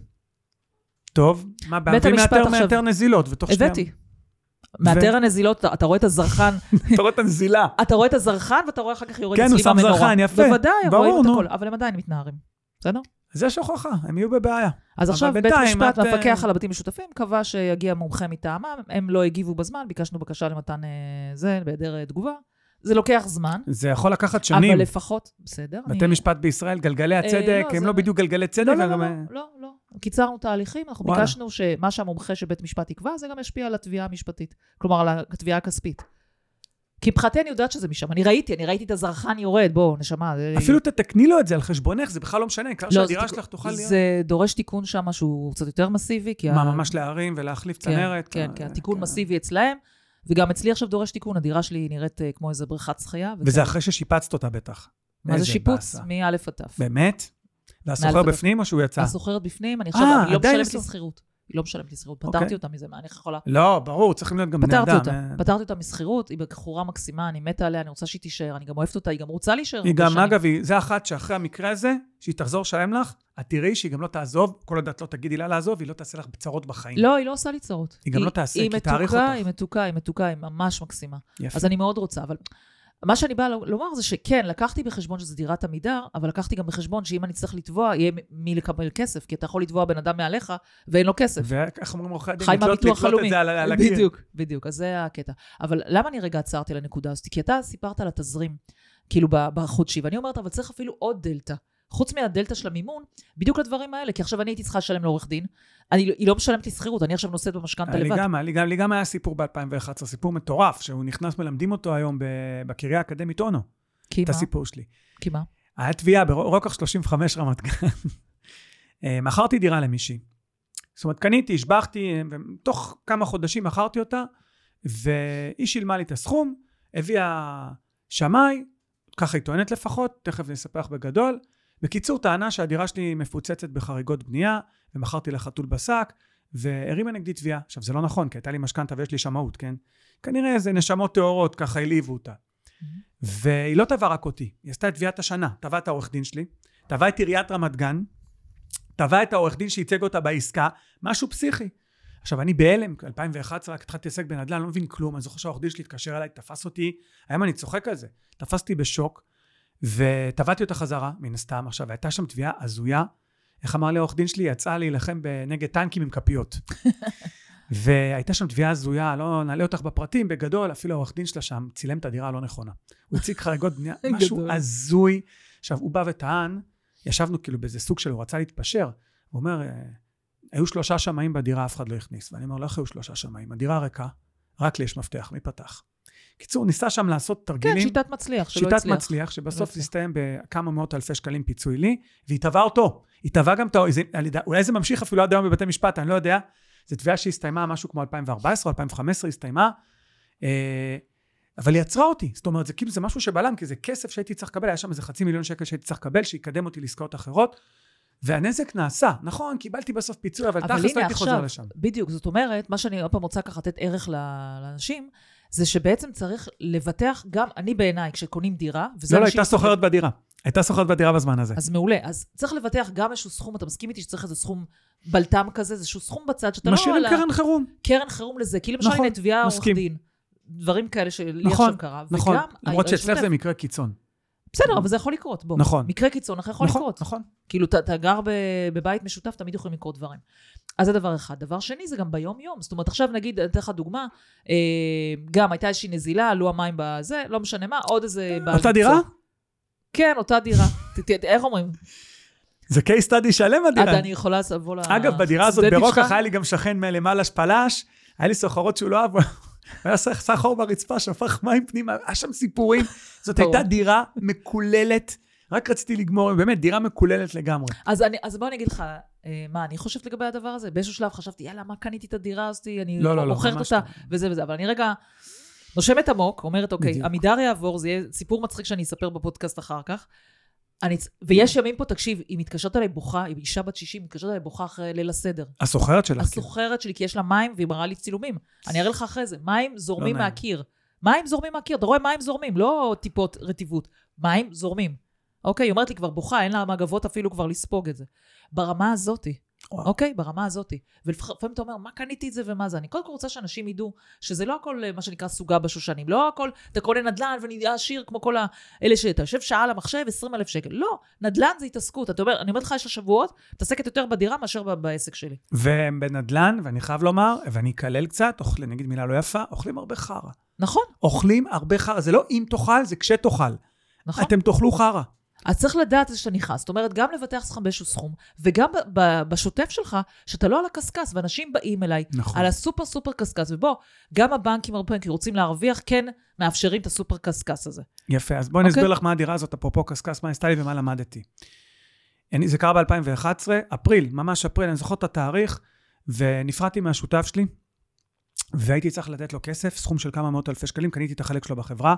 טוב, מה הבעיה? מאתר נזילות. הבאתי. מאתר הנזילות, אתה רואה את הזרחן. אתה רואה את הנזילה. אתה רואה את הזרחן, ואתה רואה אחר כך יורד אצלי במנורה. כן, הוא שם זרחן, יפה. בוודאי, רואים את הכל. אבל הם עדיין מתנערים. בסדר? זה שוכחה, הם יהיו בבעיה. אז עכשיו בית משפט מפקח על הבתים משותפים, קבע שיגיע מומחה מטעמם, הם לא הגיבו בזמן, ביקשנו בקשה למתן זה, בהיעדר תגובה. זה לוקח זמן. זה יכול לקחת שנים. אבל לפחות, בסדר. בתי משפט בישראל, גלגלי הצדק, הם לא בדיוק גלגלי צדק. לא. קיצרנו תהליכים, אנחנו ביקשנו שמה שהמומחה שבית משפט יקבע, זה גם ישפיע על התביעה המשפטית. כלומר, על התביעה הכספית. כי מבחינתי אני יודעת שזה משם. אני ראיתי את הזרחן יורד, בוא, נשמה. אפילו תתקני לו את זה על חשבונך, זה בכלל לא משנה, עיקר שהדירה שלך תוכל להיות. זה דורש תיקון שם שהוא קצת יותר מסיבי. ממש להרים ולהחליף צנרת. כן, התיקון מסיבי אצלהם, וגם אצלי עכשיו דורש תיקון, הדירה שלי נראית כמו איזה בריכת שחייה. וזה אחרי ששיפצת אותה בטח. מה זה שיפוץ? מא' עד ת'. באמת? והסוחר בפנים או שהוא יצא? הסוחרת בפנים, אני עכשיו, היא לא משלמת לי שכירות. היא לא משלמת לי שכירות, פתרתי אותה מזה, מה אני יכולה? לא, ברור, צריכים להיות גם בני אדם. פתרתי אותה משכירות, היא בחורה מקסימה, אני מתה עליה, אני רוצה שהיא תישאר, אני גם אוהבת אותה, היא גם רוצה להישאר. היא גם, אגב, זה אחת שאחרי המקרה הזה, שהיא תחזור שלם לך, את תראי שהיא גם לא תעזוב, כל עוד את לא תגידי לה לעזוב, היא לא תעשה לך בצרות בחיים. לא, היא לא עושה לי צרות. היא גם לא תעשה, כי תאריך אותך. היא מתוקה, היא ממש מקסימה. אז אני מאוד רוצה, אבל מה שאני באה לומר זה שכן, לקחתי בחשבון שזה דירת עמידר, אבל לקחתי גם בחשבון שאם אני צריך לתבוע, יהיה מי לקבל כסף, כי אתה יכול לתבוע בן אדם מעליך, ואין לו כסף. ואיך אומרים עורכי הדין, חי מהביטוח הלאומי. על הקיר. בדיוק, אז זה הקטע. אבל למה אני רגע עצרתי לנקודה הזאת? כי אתה סיפרת על התזרים, כאילו בחודשי, ואני אומרת, אבל צריך אפילו עוד דלטה. חוץ מהדלטה של המימון, בדיוק לדברים האלה, כי עכשיו אני הייתי צריכה לשלם לעורך דין, היא לא משלמת לי שכירות, אני עכשיו נושאת במשכנתא לבד. לי גם היה סיפור ב-2011, סיפור מטורף, שהוא נכנס מלמדים אותו היום בקריה האקדמית אונו. כי מה? את הסיפור שלי. כי מה? היה תביעה ברוקח 35 רמת גן. מכרתי דירה למישהי. זאת אומרת, קניתי, השבחתי, ותוך כמה חודשים מכרתי אותה, והיא שילמה לי את הסכום, הביאה שמאי, ככה היא טוענת לפחות, תכף נספח בגדול. בקיצור, טענה שהדירה שלי מפוצצת בחריגות בנייה, ומכרתי לחתול בשק, והרימה נגדי תביעה. עכשיו, זה לא נכון, כי הייתה לי משכנתא ויש לי שמאות, כן? כנראה איזה נשמות תיאורות, ככה הליבו אותה. והיא לא תבעה רק אותי, היא עשתה את תביעת השנה, תבעה את העורך דין שלי, תבעה את עיריית רמת גן, תבעה את העורך דין שייצג אותה בעסקה, משהו פסיכי. עכשיו, אני בהלם, 2011, רק התחלתי לעסק בנדל"ן, לא מבין כלום, אני זוכר שהעורך דין שלי התקשר אליי, תפס אותי, היום אני צוחק על זה, תפסתי בשוק, וטבעתי אותה חזרה, מן הסתם. עכשיו, הייתה שם תביעה הזויה, איך אמר לי העורך דין שלי, יצאה להילחם נגד טנקים עם כפיות. והייתה שם תביעה הזויה, לא נעלה אותך בפרטים, בגדול, אפילו העורך דין שלה שם צילם את הדירה הלא נכונה. הוא הציג חריגות בנייה, משהו הזוי. עכשיו, הוא בא וטען, ישבנו כאילו באיזה סוג שלו, הוא רצה להתפשר, הוא אומר, היו 3 שמאים בדירה, אף אחד לא הכניס. ואני אומר, לא היו 3 שמאים, הדירה ריקה, רק לי יש מפתח, מי פתח? קיצור, ניסה שם לעשות תרגילים. כן, שיטת מצליח, שלא הצליח. שיטת מצליח, שבסוף זה הסתיים בכמה מאות אלפי שקלים פיצוי לי, והיא תבעה אותו. היא תבעה גם אותו, אולי זה ממשיך אפילו עד היום בבתי משפט, אני לא יודע. זו תביעה שהסתיימה משהו כמו 2014 או 2015 הסתיימה, אבל היא עצרה אותי. זאת אומרת, זה כאילו זה משהו שבלם, כי זה כסף שהייתי צריך לקבל, היה שם איזה 500,000 שקל שהייתי צריך לקבל, שיקדם אותי לעסקאות אחרות, והנזק נעשה. נכון, קיבלתי בסוף פיצוי, אבל תכלס לא הייתי חוזר לשם. בדיוק, זאת אומרת, מה שאני עוד פעם רוצה ככה לתת ערך לאנשים, זה שבעצם צריך לבטח גם, אני בעיניי, כשקונים דירה, לא, הייתה סוחרת בדירה. הייתה סוחרת בדירה בזמן הזה. אז מעולה. אז צריך לבטח גם איזשהו סכום, אתה מסכים איתי שצריך איזה סכום בלטם כזה, איזשהו סכום בצד, שאתה לא... משאירים קרן חירום. קרן חירום לזה, כי למשל הנה תביעה עורך דין. דברים כאלה שלי עכשיו קרה. נכון, למרות שאצלך זה מקרה קיצון. בסדר, אבל זה יכול לקרות, בוא. נכון. מקרה קיצון אחר יכול לקרות. נכון. כאילו, אתה גר בבית משותף, תמיד יכולים לקרות דברים. אז זה דבר אחד. דבר שני, זה גם ביום יום. זאת אומרת, עכשיו נגיד, אתן לך דוגמה, גם הייתה איזושהי נזילה, עלו המים בזה, לא משנה מה, עוד איזה... אותה דירה? כן, אותה דירה. איך אומרים? זה case study שלם הדירה. אני יכולה לבוא אגב, בדירה הזאת ברוקח היה לי גם שכן מלמעלה שפלש, היה לי סוחרות שהוא לא אהב, היה סחור ברצפה, שפך מים פנימה, היה שם סיפורים. זאת הייתה דירה מקוללת, רק רציתי לגמור, באמת, דירה מקוללת לגמרי. אז בוא אני אגיד לך, מה אני חושבת לגבי הדבר הזה? באיזשהו שלב חשבתי, יאללה, מה קניתי את הדירה הזאת? אני מוכרת אותה, וזה, אבל אני רגע נושמת עמוק, אומרת, אוקיי, עמידר יעבור, זה יהיה סיפור מצחיק שאני אספר בפודקאסט אחר כך, ויש ימים פה, תקשיב, היא מתקשרת עליי בוכה, היא אישה בת 60, מתקשרת עליי בוכה אחרי ליל הסדר. הסוחרת שלך? הסוחרת שלי, כי יש לה מים, והיא מראה לי צילומים. אני אראה לך אחרי זה, מים זורמים מהקיר. מים זורמים מהקיר, אתה רואה מים זורמים, לא טיפות רטיבות. מים זורמים. אוקיי, היא אומרת לי כבר בוכה, אין לה מגבות אפילו כבר לספוג את זה. ברמה הזאת, אוקיי, ברמה הזאת. ולפעמים אתה אומר, מה קניתי את זה ומה זה? אני קודם כל רוצה שאנשים ידעו שזה לא הכל מה שנקרא סוגה בשושנים, לא הכל, אתה קונה נדל"ן ונהיה עשיר כמו כל האלה שאתה יושב שעה על המחשב, 20,000 שקל. לא, נדל"ן זה התעסקות. אתה אומר, אני אומרת לך, יש לשבועות, תעסקת יותר בדירה מאשר בעסק שלי. ובנדל"ן, ואני חייב לומר, ואני אקלל קצת, נגיד מילה לא יפה, אוכלים הרבה חרה. נכון. אוכלים הרבה חרה. זה לא אם תאכל, זה כשתאכל. נכון. אתם תאכלו חרה. אז צריך לדעת שאתה נכנס, זאת אומרת, גם לבטח שלך באיזשהו סכום, וגם בשוטף שלך, שאתה לא על הקסקס, ואנשים באים אליי, נכון. על הסופר סופר קסקס, ובוא, גם הבנקים הרבה פעמים, כי רוצים להרוויח, כן מאפשרים את הסופר קסקס הזה. יפה, אז בואי נסביר לך מה הדירה הזאת, אפרופו קסקס, מה עשתה לי ומה למדתי. זה קרה ב-2011, אפריל, ממש אפריל, אני זוכר את התאריך, ונפרדתי מהשותף שלי, והייתי צריך לתת לו כסף, סכום של כמה מאות אלפי שקלים, קניתי את החלק שלו בחברה,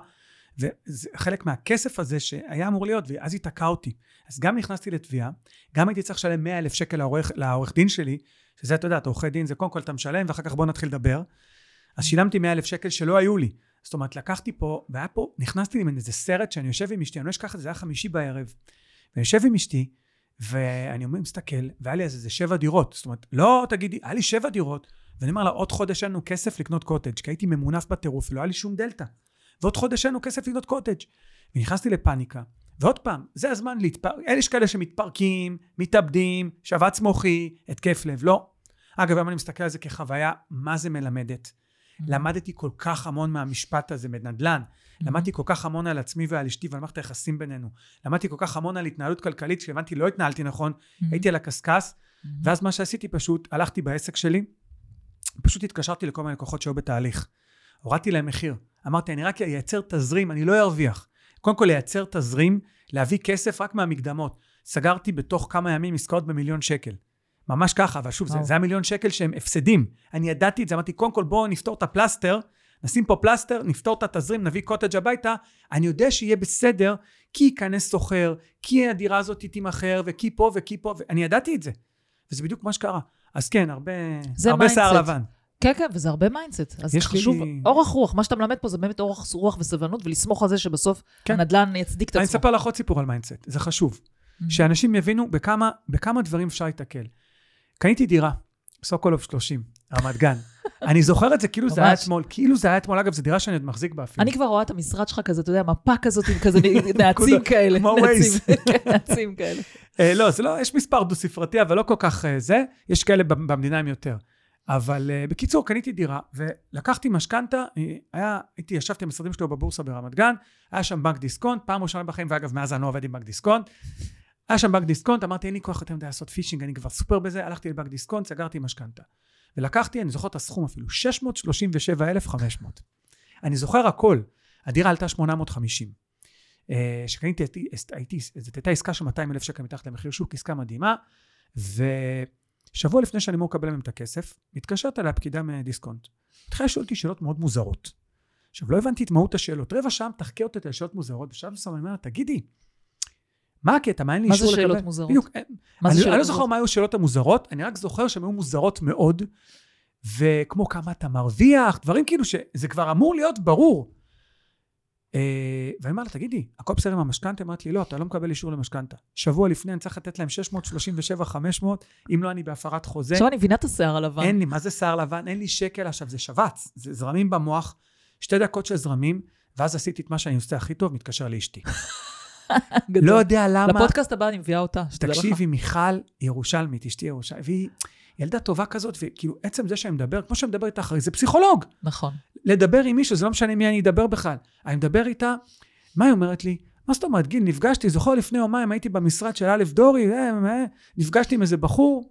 וחלק מהכסף הזה שהיה אמור להיות, ואז היא תקע אותי. אז גם נכנסתי לתביעה, גם הייתי צריך לשלם 100,000 שקל לעורך דין שלי, שזה, אתה יודע, עורכי דין, זה קודם כל אתה משלם, ואחר כך בוא נתחיל לדבר. אז שילמתי 100,000 שקל שלא היו לי. זאת אומרת, לקחתי פה, והיה פה, נכנסתי לי מן איזה סרט שאני יושב עם אשתי, אני לא אשכח את זה, היה 5 בערב, ואני יושב עם אשתי, ואני מסתכל, והיה לי איזה 7 דירות. זאת אומרת, לא תגידי, היה לי 7 דירות, ואני אומר לה, עוד חודש אין לנו כסף לקנות קוטג', כי הייתי ממונף בטירוף, ולא היה לי שום דלתא. ועוד חודש אין לנו כסף לקנות קוטג'. ונכנסתי לפאניקה. ועוד פעם, זה הזמן להתפרק. יש כאלה שמתפרקים, מתאבדים, שבץ מוחי, התקף לב. לא. אגב, אם אני מסתכל על זה כחוויה, מה זה מלמדת? למדתי כל כך המון מהמשפט הזה בנדל"ן. למדתי כל כך המון על עצמי ועל אשתי ועל מערכת היחסים בינינו. למדתי כל כך המון על התנהלות כלכלית, כשהבנתי לא התנהלתי נכון, הייתי על הקסקס, ואז מה שעשיתי פשוט, הלכתי בעסק שלי, פשוט התקשרתי לכל מיני לקוחות שהיו בתהליך. הורדתי להם מחיר. אמרתי, אני רק אייצר תזרים, אני לא ארוויח. קודם כל, לייצר תזרים, להביא כסף רק מהמקדמות. סגרתי בתוך כמה ימים עסקאות ב1,000,000 שקל. ממש ככה, אבל שוב, זה 1,000,000 שקל שהם הפסדים. אני ידעתי את זה, אמרתי, קודם כל, בואו נפתור את הפלסטר, נשים פה פלסטר, נפתור את התזרים, נביא קוטג' הביתה, אני יודע שיהיה בסדר, כי ייכנס סוחר, כי הדירה הזאת תימכר, וכי פה וכי פה, ואני ידעתי את זה. וזה בדיוק מה שקרה. אז כן, הרבה שיער לבן. כן, כן, וזה הרבה מיינדסט. אז חשוב, אורך רוח, מה שאתה מלמד פה זה באמת אורך רוח וסבלנות, ולסמוך על זה שבסוף הנדל"ן יצדיק את עצמו. אני אספר לך עוד סיפור על מיינדסט, זה חשוב. שאנשים יבינו בכמה דברים אפשר להתקל. קניתי דירה, סוקולוב 30, רמת גן. אני זוכר את זה כאילו זה היה אתמול, אגב, זו דירה שאני עוד מחזיק בה אפילו. אני כבר רואה את המשרד שלך כזה, אתה יודע, מפה כזאת עם כזה נעצים כאלה. כמו ווייז. נעצים כאלה. לא, זה לא, יש מספר דו ספרתי, אבל לא כל כך זה, יש כאלה במדינה עם יותר. אבל בקיצור, קניתי דירה, ולקחתי משכנתה, ישבתי עם משרדים שלו בבורסה ברמת גן, היה שם בנק דיסקונט, פעם ראשונה בחיים, ואגב, מאז אני לא עובד עם בנק דיסקונט, היה שם בנק דיסקונט, אמרתי, אין לי כוח יותר מדי לעשות פישינג, אני כבר סופר בזה, הלכתי לבנק דיסקונט, סגרתי משכנתה. ולקחתי, אני זוכר את הסכום אפילו, 637,500. אני זוכר הכל. הדירה עלתה 850. שקניתי, זאת הייתה עסקה של 200,000 שקל מתחת למחיר שוק, עסקה מדהימה, ושבוע לפני שאני אמור לקבל מהם את הכסף, מתקשרת אליי הפקידה מדיסקונט. התחילה לשאול אותי שאלות מאוד מוזרות. עכשיו, לא הבנתי את מהות השאלות. רבע שעה תחכה אותי על שאלות מוזרות, ושאלה מסוים, אני אומר, תגידי, מה הקטע? מה אין לי אישור לקבל? מה זה שאלות מוזרות? בדיוק, אני לא זוכר מה היו השאלות המוזרות, אני רק זוכר שהן היו מוזרות מאוד, וכמו כמה אתה מרוויח, דברים כאילו שזה כבר אמור להיות ברור. ואני אומר לה, תגידי, הכל בסדר עם המשכנתה? אמרת לי, לא, אתה לא מקבל אישור למשכנתה. שבוע לפני אני צריך לתת להם 637,500, אם לא אני בהפרת חוזה. עכשיו אני מבינה את השיער הלבן. אין לי, מה זה שיער לבן? אין לי שקל, עכשיו זה שבץ, זה זרמים במוח, 2 דקות של זרמים, ואז עשיתי את מה שאני עושה הכי טוב, מתקשר לאשתי. לא יודע למה. לפודקאסט הבא אני מביאה אותה. תקשיבי, מיכל ירושלמית, אשתי ירושלמית, והיא ילדה טובה כזאת, וכאילו עצם זה שאני מדבר, כמו שאני מדבר איתה אחרי, זה פסיכולוג. נכון. לדבר עם מישהו, זה לא משנה מי אני אדבר בכלל. אני מדבר איתה, מה היא אומרת לי? מה זאת אומרת, גיל, נפגשתי, זוכר לפני יומיים, הייתי במשרד של א' דורי, נפגשתי עם איזה בחור,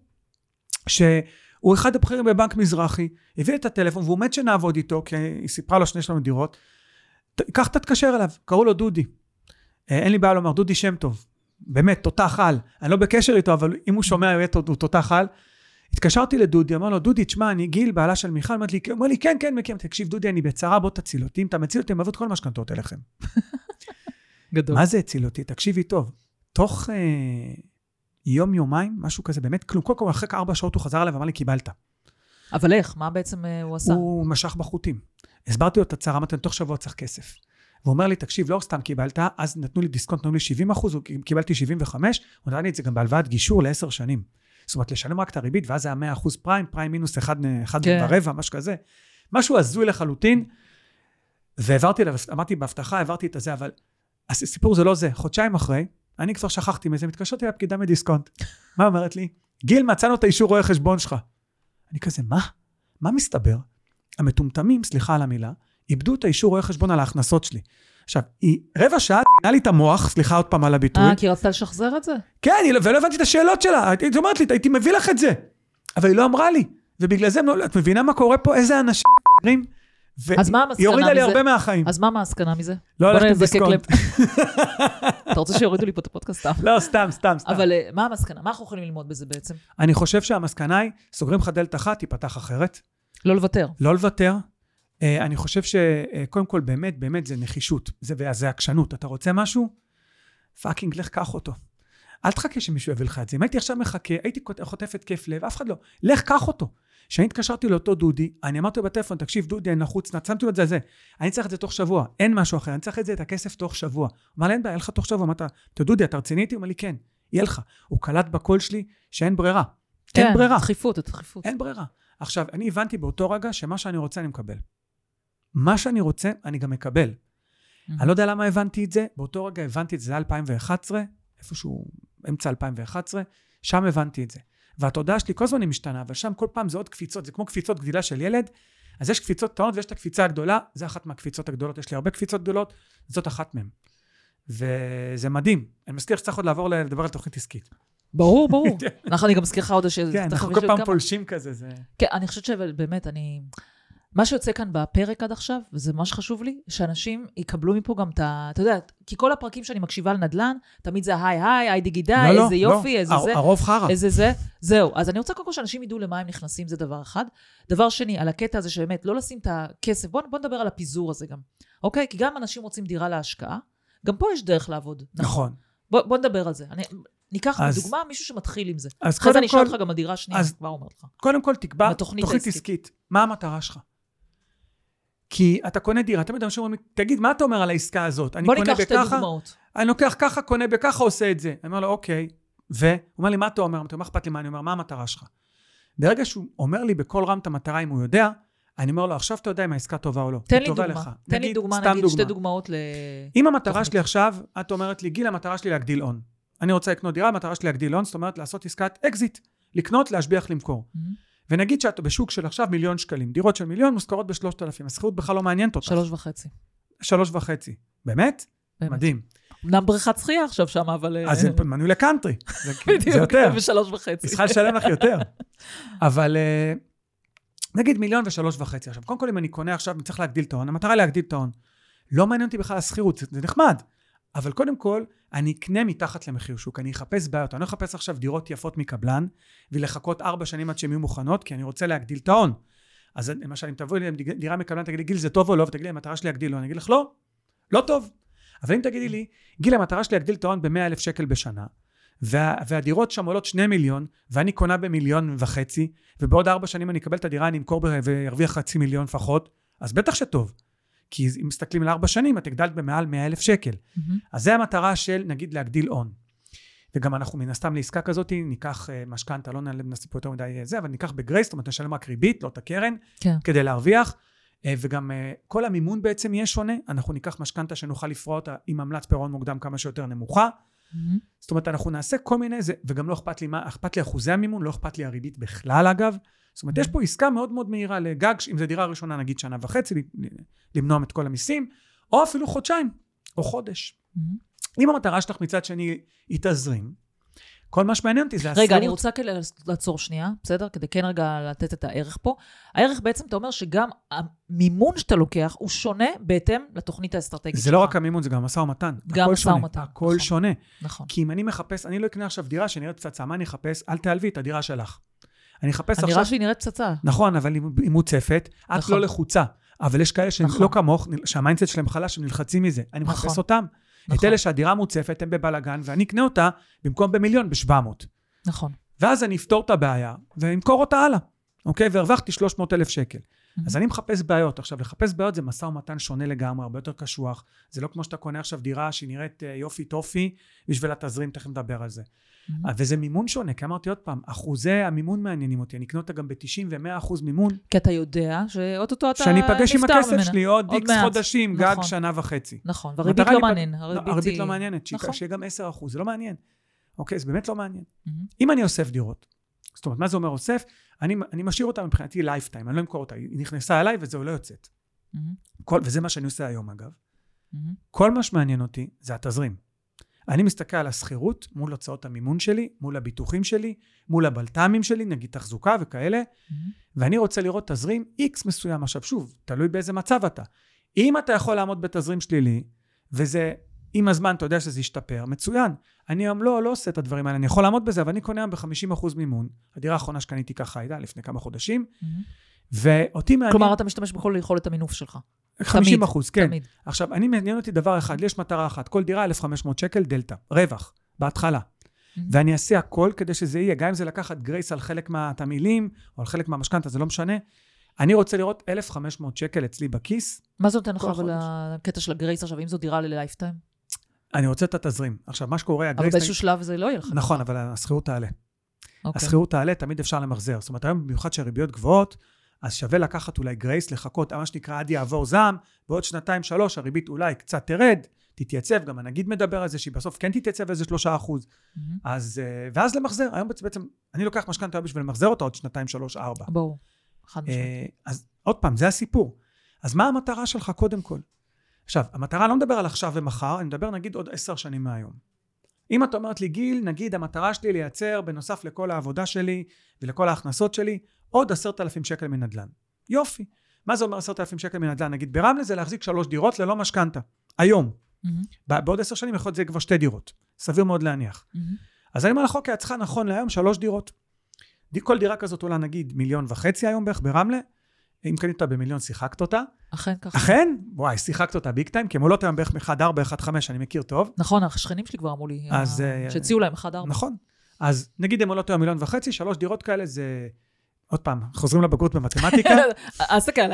שהוא אחד הבכירים בבנק מזרחי, הביא את הטלפון, והוא עומד שנעבוד איתו, כי היא סיפרה לו שני לנו דירות, כך תתקשר אליו, קראו לו דודי. אין לי בעיה לומר, דודי שם טוב. באמת, תותח על. אני לא בקשר איתו, אבל אם הוא שומע, הוא תותח על. התקשרתי לדודי, אמר לו, דודי, תשמע, אני גיל, בעלה של מיכל, אמר לי, כן, מכיר, תקשיב, דודי, אני בצרה, בוא תציל אותי, אם אתה מציל אותי, אני מביא את כל משכנתאות אליכם. גדול. מה זה הציל אותי? תקשיבי טוב. תוך יום-יומיים, משהו כזה, באמת כלום, כל אחרי 4 שעות הוא חזר אליי ואמר לי, קיבלת. אבל איך? מה בעצם הוא עשה? הוא משך בחוטים. הסברתי לו את הצרה, אמרתי, תוך שבוע צריך כסף. והוא אומר לי, תקשיב, לא סתם קיבלת, אז נתנו לי דיסקונט, נתנו לי 70%, קיבלתי 75, הוא נתן לי את זה גם בהלוואת גישור ל10 שנים. זאת אומרת, לשלם רק את הריבית, ואז זה 100% פריים מינוס 1.25, משהו כזה. משהו הזוי לחלוטין, והעברתי לה, אמרתי בהבטחה, העברתי את זה, אבל הסיפור זה לא זה. חודשיים אחרי, אני כבר שכחתי מזה, מתקשרתי לפקידה מדיסקונט. מה אומרת לי? גיל, מצאנו את האישור רואה חשבון שלך. אני כזה, מה? מה מסתבר? המטומטמים, סליחה על המילה, איבדו את האישור רואה חשבון על ההכנסות שלי. עכשיו, היא רבע שעה זינה לי את המוח, סליחה עוד פעם על הביטוי. כי רצתה לשחזר את זה? כן, ולא הבנתי את השאלות שלה. היא אומרת לי, הייתי מביא לך את זה. אבל היא לא אמרה לי. ובגלל זה, את מבינה מה קורה פה? איזה אנשים חברים? אז מה המסקנה מזה? היא הורידה לי הרבה מהחיים. אז מה המסקנה מזה? לא הולכת בדיסקונט. אתה רוצה שיורידו לי פה את הפודקאסט סתם? לא, סתם. אבל מה המסקנה? מה אנחנו יכולים ללמוד בזה בעצם? אני חושב שהמסקנה היא, סוגרים לך דלת אחת, תיפתח אחרת. לא לוותר. לא לוותר. אני חושב שקודם כל באמת זה נחישות, זה עקשנות. אתה רוצה משהו? פאקינג, לך קח אותו. אל תחכה שמישהו יביא לך את זה. אם הייתי עכשיו מחכה, הייתי חוטפת כיף לב, אף אחד לא. לך קח אותו. כשאני התקשרתי לאותו דודי, אני אמרתי בטלפון, תקשיב דודי, אני לחוץ, שמתי לו את זה. אני צריך את זה תוך שבוע, אין משהו אחר, אני צריך את הכסף תוך שבוע. הוא אמר לי, אין בעיה, אין לך תוך שבוע. אמרת, דודי, אתה רציני איתי? הוא אמר לי, כן, יהיה לך. הוא קלט בקול שלי שאין ברירה. אין ברירה. דחיפות. אין ברירה. עכשיו, אני הבנתי באותו רגע שמה שאני רוצה, אני מקבל. מה שאני רוצה, אני גם מקבל. אני לא יודע למה הבנתי את זה, באותו רגע הבנתי את זה, זה 2011, איפשהו אמצע 2011, שם הבנתי את זה. והתודעה שלי כל הזמן היא משתנה, אבל שם כל פעם זה עוד קפיצות, זה כמו קפיצות גדילה של ילד, אז יש קפיצות קטנות ויש את הקפיצה הגדולה, זה אחת מהקפיצות הגדולות, יש לי הרבה קפיצות גדולות, זאת אחת מהן. וזה מדהים. אני מזכיר שצריך עוד לעבור לדבר על תוכנית עסקית. ברור. אני גם מזכיר לך עוד כן, אנחנו כל פעם פולשים כזה. כן, אני חושבת שבאמת, מה שיוצא כאן בפרק עד עכשיו, וזה ממש חשוב לי, שאנשים יקבלו מפה גם אתה יודע, כי כל הפרקים שאני מקשיבה על נדל"ן, תמיד זה היי דיגידה, איזה יופי, איזה זה. הרוב חרה. איזה זה. זהו. אז אני רוצה קודם כל שאנשים ידעו למה הם נכנסים, זה דבר אחד. דבר שני, על הקטע הזה שבאמת, לא לשים את הכסף, בוא נדבר על הפיזור הזה גם. אוקיי? כי גם אנשים רוצים דירה להשקעה, גם פה יש דרך לעבוד. נכון. בוא נדבר על זה. ניקח לדוגמה מישהו שמתחיל עם זה. אז אחרי זה אני אשאל אותך גם הדירה השנייה, אני כבר אומרת לך. קודם כל תקבע תוכנית עסקית. מה המטרה שלך? כי אתה קונה דירה, תמיד אנשים אומרים, תגיד, מה אתה אומר על העסקה הזאת? בוא ניקח 2 דוגמאות. אני לוקח ככה, קונה בככה, עושה את זה. אני אומר לו, אוקיי. והוא אומר לי, מה אתה אומר? מה אכפת לי מה אני אומר? מה המטרה שלך? ברגע שהוא אומר לי בכל רם את המטרה, אם הוא יודע, אני אומר לו, עכשיו אתה יודע אם העסקה טובה או לא. תן לי דוגמה, נגיד 2 דוגמאות אם המטרה שלי עכשיו, את אומרת לי, גיל, המטרה שלי להגדיל הון. אני רוצה לקנות דירה, המטרה שלי להגדיל הון, זאת אומרת, לעשות עסקת אקזיט, לקנות, להשביח, למכור. ונגיד שאתה בשוק של עכשיו 1,000,000 שקלים, דירות של 1,000,000 מושכרות ב3,000, השכירות בכלל לא מעניינת אותך. 3.5. 3.5. באמת? מדהים. אמנם בריכת שחייה עכשיו שם, אבל... אז זה מנוי לקאנטרי. זה יותר. ב3.5. צריכה לשלם לך יותר. אבל נגיד 1,3.5 מיליון. עכשיו, קודם כל אם אני קונה עכשיו, אני צריך להגדיל את ההון, המטרה להגדיל את ההון. לא מעניין אותי בכלל הסחירות, זה נחמד. אבל קודם כל, אני אקנה מתחת למחיר שוק, אני אחפש בעיות, אני לא אחפש עכשיו דירות יפות מקבלן, ולחכות 4 שנים עד שהן יהיו מוכנות, כי אני רוצה להגדיל את ההון. אז למשל, אם תבואי לי דירה מקבלן, תגיד לי, גיל, זה טוב או לא? ותגיד לי, המטרה שלי להגדיל, לא. אני אגיד לך, לא, לא טוב. אבל אם תגידי לי, גיל, המטרה שלי להגדיל את ההון ב100,000 שקל בשנה, והדירות שם עולות 2 מיליון, ואני קונה ב1.5 מיליון, ובעוד 4 שנים אני אקבל את הדירה, אני אמכור וירוויח 500,000 לפחות, אז בטח שטוב. כי אם מסתכלים על 4 שנים, את הגדלת במעל 100,000 שקל. אז זה המטרה של, נגיד, להגדיל הון. וגם אנחנו מן הסתם לעסקה כזאת, ניקח משכנתא, לא ננסה פה יותר מדי זה, אבל ניקח בגרייס, זאת אומרת, נשלם רק ריבית, לא את הקרן, כדי להרוויח, וגם כל המימון בעצם יהיה שונה, אנחנו ניקח משכנתא שנוכל לפרוע אותה עם עמלת פירעון מוקדם כמה שיותר נמוכה, זאת אומרת, אנחנו נעשה כל מיני זה, וגם לא אכפת לי אכפת לי אחוזי המימון, לא אכפת לי הריבית בכלל אגב, זאת אומרת, יש פה עסקה מאוד מאוד מהירה לגג, אם זו דירה ראשונה, נגיד 1.5 שנה, למנוע את כל המיסים, או אפילו חודשיים, או חודש. אם המטרה שלך מצד שני היא תזרים, כל מה שמעניין אותי זה רגע, אני רוצה לעצור שנייה, בסדר? כדי כן רגע לתת את הערך פה. הערך בעצם, אתה אומר שגם המימון שאתה לוקח, הוא שונה בהתאם לתוכנית האסטרטגית שלך. זה לא רק המימון, זה גם משא ומתן. גם משא ומתן. הכל שונה. נכון. כי אם אני מחפש, אני לא אקנה עכשיו דירה שנראית פצצה, מה אני אחפש? אל תעלבי את הדירה שלך. אני אחפש עכשיו... הנראה שהיא נראית פצצה. נכון, אבל היא מוצפת, את לא לחוצה. אבל יש כאלה שלא כמוך, שהמיינדסט שלהם חלש, שהם נלחצים מזה. אני מחפש אותם. את אלה שהדירה מוצפת, הם בבלגן, ואני אקנה אותה במקום ב1,000,000 ב700. נכון. ואז אני אפתור את הבעיה, ואמכור אותה הלאה. אוקיי? והרווחתי 300,000 שקל. אז אני מחפש בעיות. עכשיו, לחפש בעיות זה משא ומתן שונה לגמרי, הרבה יותר קשוח. זה לא כמו שאתה קונה עכשיו דירה שהיא נראית יופי טופי, בשביל התזרים, תכף נדבר על זה. וזה מימון שונה, כי אמרתי עוד פעם, אחוזי המימון מעניינים אותי, אני אקנה אותה גם ב90 ו100% מימון. כי אתה יודע שאו-טו-טו אתה שאני אפגש עם הכסף ממנה. שלי עוד איקס חודשים, נכון. גג שנה וחצי. נכון, והריבית לא מעניין. הריבית לא מעניינת, נכון. שיהיה גם 10%, זה לא מעניין. אוקיי, זה באמת לא מעניין. אם אני אוסף דירות, זאת אומרת, מה זה אומר אוסף? אני משאיר אותה מבחינתי לייפטיים, אני לא אמכור אותה, היא נכנסה אליי וזהו, לא יוצאת. וזה מה שאני עושה היום אגב. כל מה שמעניין אותי זה התזרים. אני מסתכל על הסחירות מול הוצאות המימון שלי, מול הביטוחים שלי, מול הבלטמים שלי, נגיד תחזוקה וכאלה, ואני רוצה לראות תזרים X מסוים. עכשיו שוב, תלוי באיזה מצב אתה. אם אתה יכול לעמוד בתזרים שלילי, וזה עם הזמן אתה יודע שזה ישתפר, מצוין. אני היום לא עושה את הדברים האלה, אני יכול לעמוד בזה, אבל אני קונה היום ב50% מימון. הדירה האחרונה שקניתי ככה הייתה לפני כמה חודשים, ואותי מעניין... כלומר, אתה משתמש בכל יכולת המינוף שלך. 50%, כן. תמיד. עכשיו, אני מעניין אותי דבר אחד, יש מטרה אחת, כל דירה 1,500 שקל דלטה, רווח, בהתחלה. ואני אעשה הכל כדי שזה יהיה, גם אם זה לקחת גרייס על חלק מהתמילים, או על חלק מהמשכנתא, זה לא משנה. אני רוצה לראות 1,500 שקל אצלי בכיס. מה זה נותן לך אבל הקטע של הגרייס עכשיו, אם זו דירה ללייפטיים? אני רוצה את התזרים. עכשיו, מה שקורה, אבל באיזשהו שלב זה לא יהיה לך. נכון, אבל הסחירות תעלה. הסחירות תעלה, תמיד אפשר למחזר. זאת אומרת, היום במיוחד שהריביות גבוהות, אז שווה לקחת אולי גרייס, לחכות, מה שנקרא עד יעבור זעם, בעוד 2-3, הריבית אולי קצת תרד, תתייצב, גם הנגיד מדבר על זה, שהיא בסוף כן תתייצב איזה 3%. אז, ואז למחזר, היום בעצם, אני לוקח משכנתא בשביל למחזר אותה עוד 2, 3, 4. ברור. אז עוד פעם, זה הסיפור. אז מה המטרה שלך קודם כל? עכשיו, המטרה לא מדבר על עכשיו ומחר, אני מדבר נגיד עוד 10 שנים מהיום. אם את אומרת לי, גיל, נגיד המטרה שלי לייצר בנוסף לכל העבודה שלי ולכל ההכנסות שלי, עוד 10,000 שקל מנדלן. יופי. מה זה אומר 10,000 שקל מנדלן? נגיד ברמלה זה להחזיק 3 דירות ללא משכנתא. היום. בעוד 10 שנים יכול להיות זה כבר 2 דירות. סביר מאוד להניח. אז אני אומר לך, אוקיי, את צריכה נכון להיום 3 דירות. כל דירה כזאת עולה נגיד 1.5 מיליון היום בערך ברמלה. אם קנית אותה ב1,000,000 שיחקת אותה. אכן ככה. אכן? וואי, שיחקת אותה ביג טיים, כי הם עולות היום בערך 1.4, 1.5, אני מכיר טוב. נכון, השכנים שלי כבר אמרו לי, שהציעו להם 1.4. נכון. אז נגיד הם עולות היום 1.5 מיליון, 3 דירות כאלה זה, עוד פעם, חוזרים לבגרות במתמטיקה. אז תקל,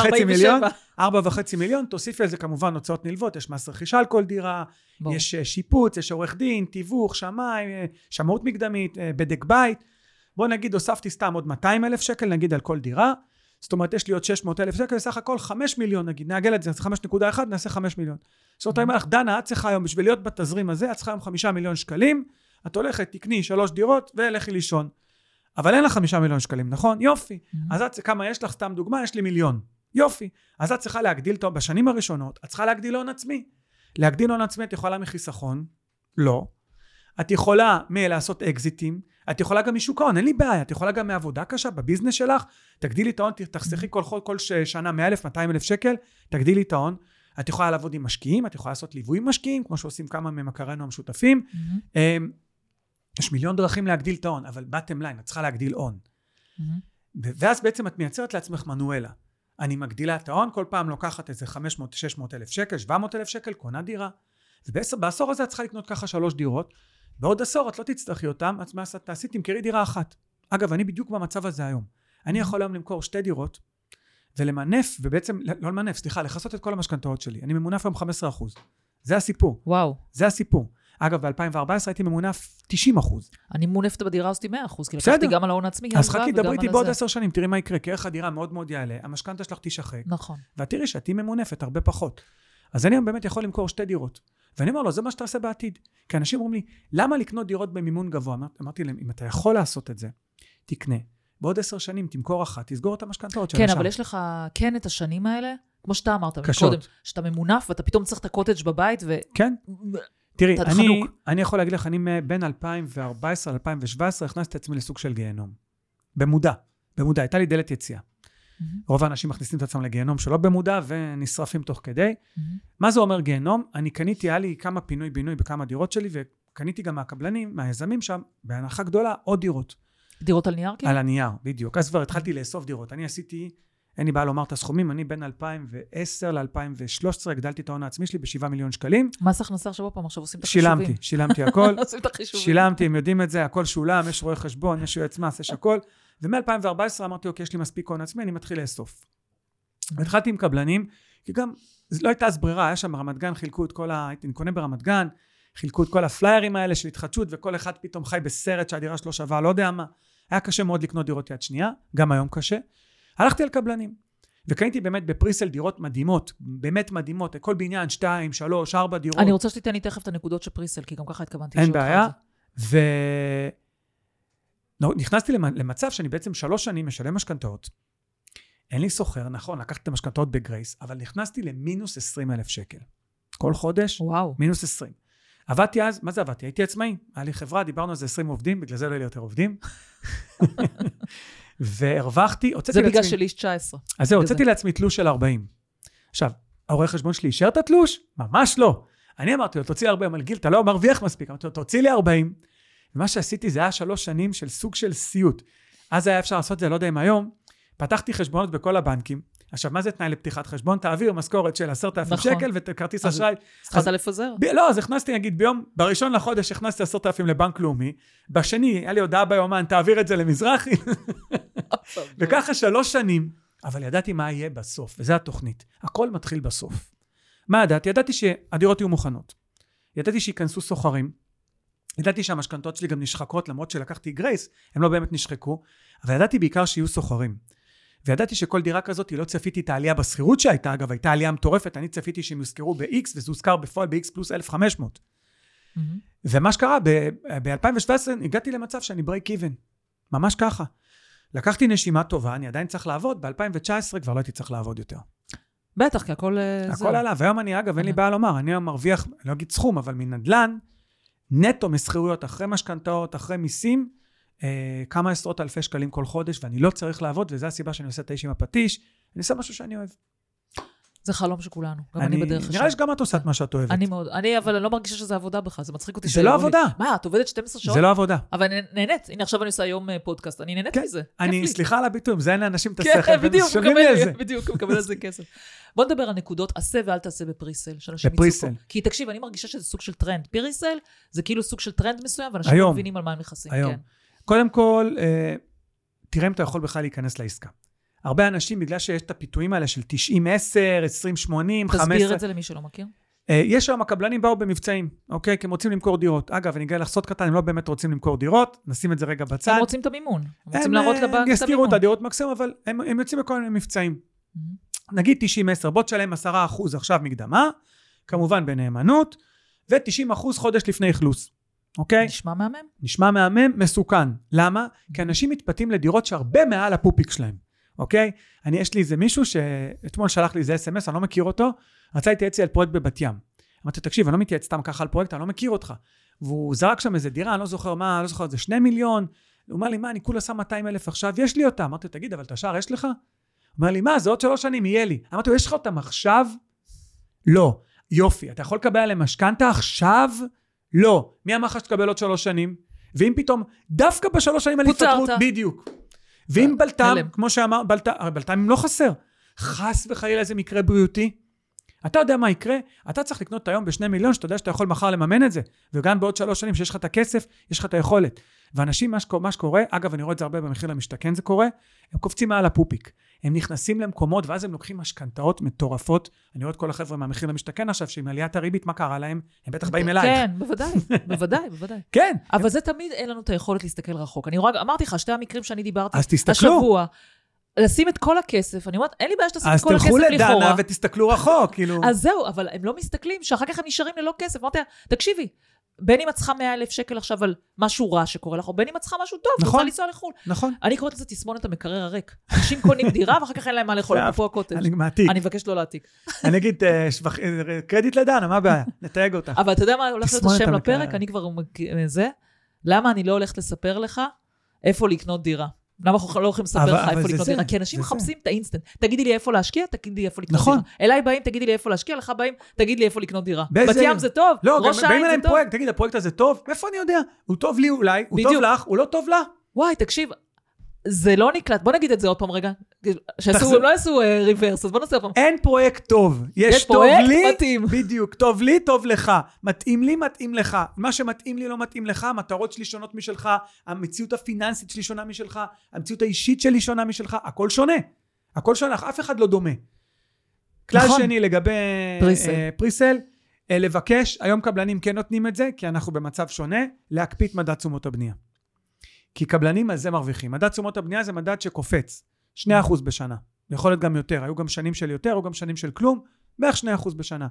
4.5 מיליון, תוסיפי על זה כמובן הוצאות נלוות, יש מס רכישה על כל דירה, יש שיפוץ, יש עורך דין, תיווך, שמאי, שמאות מקדמית, בדק בית. בוא נגיד, הוספתי סתם עוד 200,000 שקל, נגיד על כל דירה. זאת אומרת, יש לי עוד 600,000 שקל, סך הכל 5 מיליון, נגיד, נעגל את זה, 5.1, נעשה 5 מיליון. זאת אומרת, דנה, את צריכה היום, בשביל להיות בתזרים הזה, את צריכה היום 5 מיליון שקלים, את הולכת, תקני 3 דירות, ולכי לישון. אבל אין לך 5 מיליון שקלים, נכון? יופי. אז את, כמה יש לך? סתם דוגמה, יש לי 1,000,000. יופי. אז את צריכה להגדיל אותו בשנים הראשונות, את צריכה להגדיל הון עצמי. להגדיל הון עצמי, את יכולה מחיסכון? לא. את יכולה לעשות אקזיטים, את יכולה גם משוק ההון, אין לי בעיה, את יכולה גם מעבודה קשה בביזנס שלך, תגדילי את ההון, תחסכי כל שנה 100,000, 200,000 שקל, תגדילי את ההון, את יכולה לעבוד עם משקיעים, את יכולה לעשות ליווי משקיעים, כמו שעושים כמה ממכרינו המשותפים, יש מיליון דרכים להגדיל את ההון, אבל bottom line, את צריכה להגדיל הון. ואז בעצם את מייצרת לעצמך מנואלה. אני מגדילה את ההון, כל פעם לוקחת איזה 500-600 אלף שקל, 700 אלף שקל, קונה דירה. ובעשור הזה את צריכה לקנות ככה 3 דירות, בעוד עשור את לא תצטרכי אותם, את מה תעשי, תמכרי דירה אחת. אגב, אני בדיוק במצב הזה היום. אני יכול היום למכור 2 דירות, ולמנף, ובעצם, לא למנף, סליחה, לחסות את כל המשכנתאות שלי. אני ממונף היום 15%. זה הסיפור. וואו. זה הסיפור. אגב, ב-2014 הייתי ממונף 90%. אני ממונפת בדירה עשיתי 100%, כי לקחתי גם על ההון עצמי, אז חכי, דברי איתי בעוד 10 שנים, תראי מה יקרה, כי ערך הדירה מאוד מאוד יעלה, המשכנתה שלך תשחק. נכון. ואת תראי שאת ממונפת הרבה פחות. אז אני באמת יכול למכור 2 דירות. ואני אומר לו, זה מה שאתה עושה בעתיד. כי אנשים אומרים לי, למה לקנות דירות במימון גבוה? אמרתי להם, אם אתה יכול לעשות את זה, תקנה. בעוד 10 שנים תמכור אחת, תסגור את המשכנתאות של כן, השם. אבל יש לך כן את השנים האלה, כמו שאתה אמרת קודם, שאתה ממונף ואתה פתאום צריך את הקוטג' בבית כן. תראי, אני יכול להגיד לך, אני בין 2014 ל-2017 הכנסתי את עצמי לסוג של גיהנום. במודע. הייתה לי דלת יציאה. רוב האנשים מכניסים את עצמם לגיהנום שלא במודע ונשרפים תוך כדי. מה זה אומר גיהנום? אני קניתי, היה לי כמה פינוי-בינוי בכמה דירות שלי, וקניתי גם מהקבלנים, מהיזמים שם, בהנחה גדולה, עוד דירות. דירות על נייר? על הנייר, בדיוק. אז כבר התחלתי לאסוף דירות. אני עשיתי, אין לי בעיה לומר את הסכומים, אני בין 2010 ל-2013 הגדלתי את ההון העצמי שלי ב7 מיליון שקלים. מס הכנסה עכשיו פעם, עכשיו עושים את החישובים. שילמתי הכל. עושים את החישובים. שילמתי, הם יודעים את זה, הכל שולם, יש רואה חשבון, יש יועץ מס, יש הכל. ומ-2014 אמרתי, אוקיי, יש לי מספיק הון עצמי, אני מתחיל לאסוף. התחלתי עם קבלנים, כי גם, לא הייתה אז ברירה, היה שם ברמת גן, חילקו את כל אני קונה ברמת גן, חילקו את כל הפליירים האלה של התחדשות, וכל אחד פתאום חי בסרט שהדירה שלו שווה, לא יודע מה. היה קשה מאוד לקנות דירות יד שנייה, גם היום קשה. הלכתי על קבלנים, וקניתי באמת בפריסל דירות מדהימות, באמת מדהימות, כל בניין, 2, 3, 4 דירות. אני רוצה שתיתן לי תכף את הנקודות של פריסל, כי גם ככה התכוונתי אין בעיה, נכנסתי למצב שאני בעצם 3 שנים משלם משכנתאות. אין לי סוחר, נכון, לקחתי את המשכנתאות בגרייס, אבל נכנסתי למינוס 20,000 שקל. כל חודש, וואו. מינוס 20. עבדתי אז, מה זה עבדתי? הייתי עצמאי. היה לי חברה, דיברנו על זה 20 עובדים, בגלל זה לא היה לי יותר עובדים. והרווחתי, הוצאתי לעצמי... זה בגלל שלי יש 19. אז זהו, הוצאתי לעצמי תלוש של 40. עכשיו, הרואה חשבון שלי אישר את התלוש? ממש לא. אני אמרתי לו, תוציא לי 40 על גיל, אתה לא מרוויח מספיק. אמרתי לו, תוציא לי 40. ומה שעשיתי זה היה 3 שנים של סוג של סיוט. אז היה אפשר לעשות את זה, לא יודע אם היום. פתחתי חשבונות בכל הבנקים. עכשיו, מה זה תנאי לפתיחת חשבון? תעביר משכורת של 10,000 שקל וכרטיס אשראי. צריכה לפזר? לא, אז הכנסתי, נגיד, בראשון לחודש הכנסתי 10,000 לבנק לאומי. בשני, היה לי הודעה ביומן, תעביר את זה למזרחי. וככה 3 שנים. אבל ידעתי מה יהיה בסוף, וזו התוכנית. הכל מתחיל בסוף. מה ידעתי? ידעתי שהדירות יהיו מוכנות. ידעתי שיכנסו סוחרים. ידעתי שהמשכנתות שלי גם נשחקות, למרות שלקחתי גרייס, הם לא באמת נשחקו. אבל ידעתי בעיקר שיהיו סוחרים. וידעתי שכל דירה כזאת, היא לא צפיתי את העלייה בסחירות שהייתה, אגב, הייתה עלייה מטורפת, אני צפיתי שהם יוזכרו ב-X, וזה הוזכר בפועל ב-X פלוס 1,500. ומה שקרה, ב-2017 הגעתי למצב שאני break even. ממש ככה. לקחתי נשימה טובה, אני עדיין צריך לעבוד, ב-2019 כבר לא הייתי צריך לעבוד יותר. בטח, כי הכל הכל עלה, והיום אני, אגב, אין לי בעיה לומר, אני מרוויח, לא אגיד סכום, אבל מנדלן, נטו מסחירויות, אחרי משכנתאות, אחרי מיסים, כמה עשרות אלפי שקלים כל חודש, ואני לא צריך לעבוד, וזו הסיבה שאני עושה את האיש עם הפטיש, אני עושה משהו שאני אוהב. זה חלום שכולנו, גם אני בדרך השם. נראה לי שגם את עושה את מה שאת אוהבת. אני מאוד, אבל אני לא מרגישה שזה עבודה בכלל, זה מצחיק אותי. זה לא עבודה. מה, את עובדת 12 שעות? זה לא עבודה. אבל אני נהנית, הנה עכשיו אני עושה היום פודקאסט, אני נהנית מזה. אני, סליחה על הביטוי, זה אין לאנשים את השכל, בדיוק, הוא מקבל על זה כסף. בוא נדבר על נקודות, עשה ואל תעשה בפריסל. בפריסל. כי תקשיב, אני מרגישה שזה סוג של טרנד. פריסל זה כאילו סוג של טרנד מסוים, ואנשים לא מבינים על מה הם נכנסים. קודם כל, תראה אם אתה יכול בכלל להיכנס לעסקה. הרבה אנשים, בגלל שיש את הפיתויים האלה של 90-10, 20-80, 15... תסביר את זה למי שלא מכיר. יש היום, הקבלנים באו במבצעים, אוקיי? כי הם רוצים למכור דירות. אגב, אני אגלה לך סוד קטן, הם לא באמת רוצים למכור דירות, נשים את זה רגע בצד. הם רוצים את המימון. הם רוצים להראות לבנק את המימון. הם יסתירו את הדירות מקסימום, אבל הם יוצאים בכל מיני מבצעים. נגיד 90-10, בוא תשלם 10% עכשיו מקדמה, כמובן בנאמנות, ו-90% חודש לפני אכלוס. אוקיי? נשמע מהמם. נשמע מהמם, מסוכן. למה? כי אנשים מתפתים לדירות שהרבה מעל הפופיק שלהם. אוקיי? יש לי איזה מישהו שאתמול שלח לי איזה SMS, אני לא מכיר אותו, רצה להתייעץ לי על פרויקט בבת ים. אמרתי, תקשיב, אני לא מתייעץ סתם ככה על פרויקט, אני לא מכיר אותך. והוא זרק שם איזה דירה, אני לא זוכר מה, אני לא זוכר, זה 2 מיליון, הוא אומר לי, מה, אני כולה שם 200,000 עכשיו, יש לי אותם. אמרתי, תגיד, אבל את השאר יש לך? הוא אומר לי, מה, זה עוד 3 שנים, יהיה לי. אמרתי, יש לך אותם עכשיו? לא. יופי, אתה יכול לקבל עליהם משכנתה עכשיו? לא. מי אמר לך שתקבל עוד 3 שנים? ואם פתאום, דווקא ב3 שנים על התפטרות, בדיוק. ואם בלטם, כמו שאמר, בלטם לא חסר. חס וחלילה איזה מקרה בריאותי. אתה יודע מה יקרה? אתה צריך לקנות היום ב2 מיליון, שאתה יודע שאתה יכול מחר לממן את זה. וגם בעוד 3 שנים שיש לך את הכסף, יש לך את היכולת. ואנשים, מה שקורה, אגב, אני רואה את זה הרבה במחיר למשתכן, זה קורה, הם קופצים מעל הפופיק. הם נכנסים למקומות, ואז הם לוקחים משכנתאות מטורפות. אני רואה את כל החבר'ה מהמחיר למשתכן עכשיו, שעם עליית הריבית, מה קרה להם? הם בטח באים אלייך. כן, בוודאי. כן. אבל זה תמיד אין לנו את היכולת להסתכל רחוק. אני אמרתי לך, 2 המקרים שאני דיברתי השבוע, לשים את כל הכסף, אני אומרת, אין לי בעיה שתשים את כל הכסף לכאורה. אז תלכו לדנה ותסתכלו רחוק, כאילו. אז זהו, אבל הם לא מסתכלים, שאחר כך הם נשארים ללא כסף. אמרתי, תקשיבי, בין אם את צריכה 100,000 שקל עכשיו על משהו רע שקורה לך, או בין אם את צריכה משהו טוב, נכון, רוצה לנסוע לחו"ל. נכון. אני קוראת לזה תסמונת המקרר הריק. אנשים קונים דירה, ואחר כך אין להם מה לאכול, אפרופו הקוטג'. אני מבקש לא להעתיק. אני אגיד, קרדיט לדנה, מה הבעיה? נתייג אותה. אבל אתה יודע מה הולך להיות השם לפרק? אני כבר זה. למה אני לא הולכת לספר לך איפה לקנות דירה? למה אנחנו לא הולכים לספר לך איפה לקנות דירה? כי אנשים מחפשים את האינסטנט. תגידי לי איפה להשקיע, תגידי לי איפה לקנות דירה. אליי באים, תגידי לי איפה להשקיע, לך באים, תגידי לי איפה לקנות דירה. בת ים זה טוב, ראש העין זה טוב. תגיד, הפרויקט הזה טוב? מאיפה אני יודע? הוא טוב לי אולי, הוא טוב לך, הוא לא טוב לה. וואי, תקשיב, זה לא נקלט. בוא נגיד את זה עוד פעם רגע. הם לא יעשו ריברס, אז בוא נעשה עוד פעם. אין פרויקט טוב. יש פרויקט מתאים. בדיוק, טוב לי, טוב לך. מתאים לי, מתאים לך. מה שמתאים לי לא מתאים לך, המטרות שלי שונות משלך, המציאות הפיננסית שלי שונה משלך, המציאות האישית שלי שונה משלך, הכל שונה. הכל שונה, אף אחד לא דומה. כלל שני לגבי פריסל, לבקש, היום קבלנים כן נותנים את זה, כי אנחנו במצב שונה, להקפיא את מדד תשומות הבנייה. כי קבלנים על זה מרוויחים. מדד תשומות הבנייה זה מדד שקופץ, 2% בשנה. יכול להיות גם יותר, היו גם שנים של יותר, או גם שנים של כלום, בערך 2% בשנה.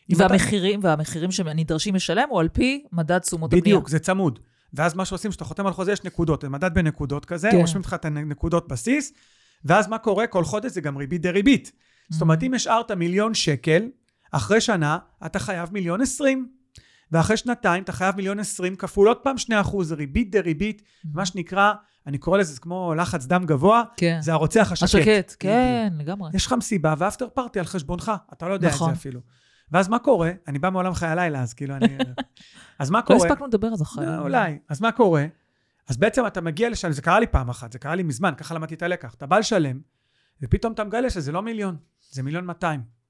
והמחירים שנדרשים לשלם, הוא על פי מדד תשומות הבנייה. בדיוק, זה צמוד. ואז מה שעושים, שאתה חותם על חוזה, יש נקודות, זה מדד בנקודות כזה, רושמים לך את הנקודות בסיס, ואז מה קורה? כל חודש זה גם ריבית דריבית. זאת אומרת, אם השארת 1,000,000 שקל, אחרי שנה, אתה חייב 1,020,000. ואחרי שנתיים, אתה חייב 1,020,000, כפול עוד פעם 2%, זה ריבית דריבית, מה שנקרא, אני קורא לזה כמו לחץ דם גבוה, זה הרוצח השקט. כן, לגמרי. יש לך מסיבה, ואפטר פארטי על חשבונך, אתה לא יודע את זה אפילו. ואז מה קורה? אני בא מעולם חיי הלילה, אז כאילו אני... אז מה קורה? לא הספקנו לדבר על זה חיי. אולי. אז מה קורה? אז בעצם אתה מגיע לשם, זה קרה לי פעם אחת, זה קרה לי מזמן, ככה למדתי את הלקח. אתה בא לשלם, ופתאום אתה מגלה שזה לא 1,000,000, זה 1,200,000.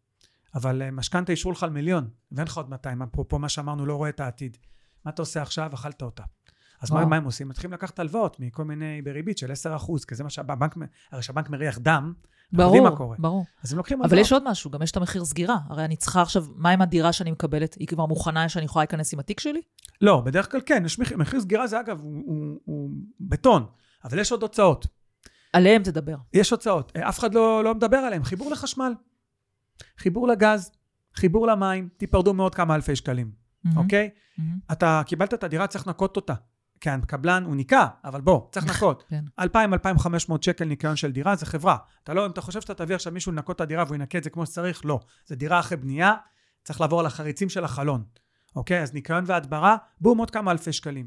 אבל משכנתה אישרו לך על 1,000,000, ואין לך עוד 200, אפרופו מה שאמרנו, לא רואה את העתיד. מה אתה עושה עכשיו? אכלת אותה. אז מה הם עושים? מתחילים לקחת הלוואות מכל מיני בריבית של 10%, כי זה מה שהבנק, הרי שהבנק מריח דם, יודעים מה קורה. ברור. אז הם לוקחים הלוואות. אבל יש עוד משהו, גם יש את המחיר סגירה. הרי אני צריכה עכשיו, מה עם הדירה שאני מקבלת? היא כבר מוכנה שאני יכולה להיכנס עם התיק שלי? לא, בדרך כלל כן. מחיר סגירה זה אגב, הוא בטון, אבל יש עוד הוצאות. עליהם תדבר. יש הוצאות. אף אחד לא מדבר עליהם. חיבור לחשמל. חיבור לגז, חיבור למים, תיפרדו מאוד כמה אלפי שקלים, אוקיי? אתה קיבלת את הדירה, צריך לנקות אותה. כן, קבלן הוא ניקה, אבל בוא, צריך לנקות. 2,000-2,500 שקל ניקיון של דירה, זה חברה. אם אתה חושב שאתה תביא עכשיו מישהו לנקות את הדירה והוא ינקה את זה כמו שצריך, לא. זה דירה אחרי בנייה, צריך לעבור על החריצים של החלון. אוקיי? אז ניקיון והדברה, בום, עוד כמה אלפי שקלים.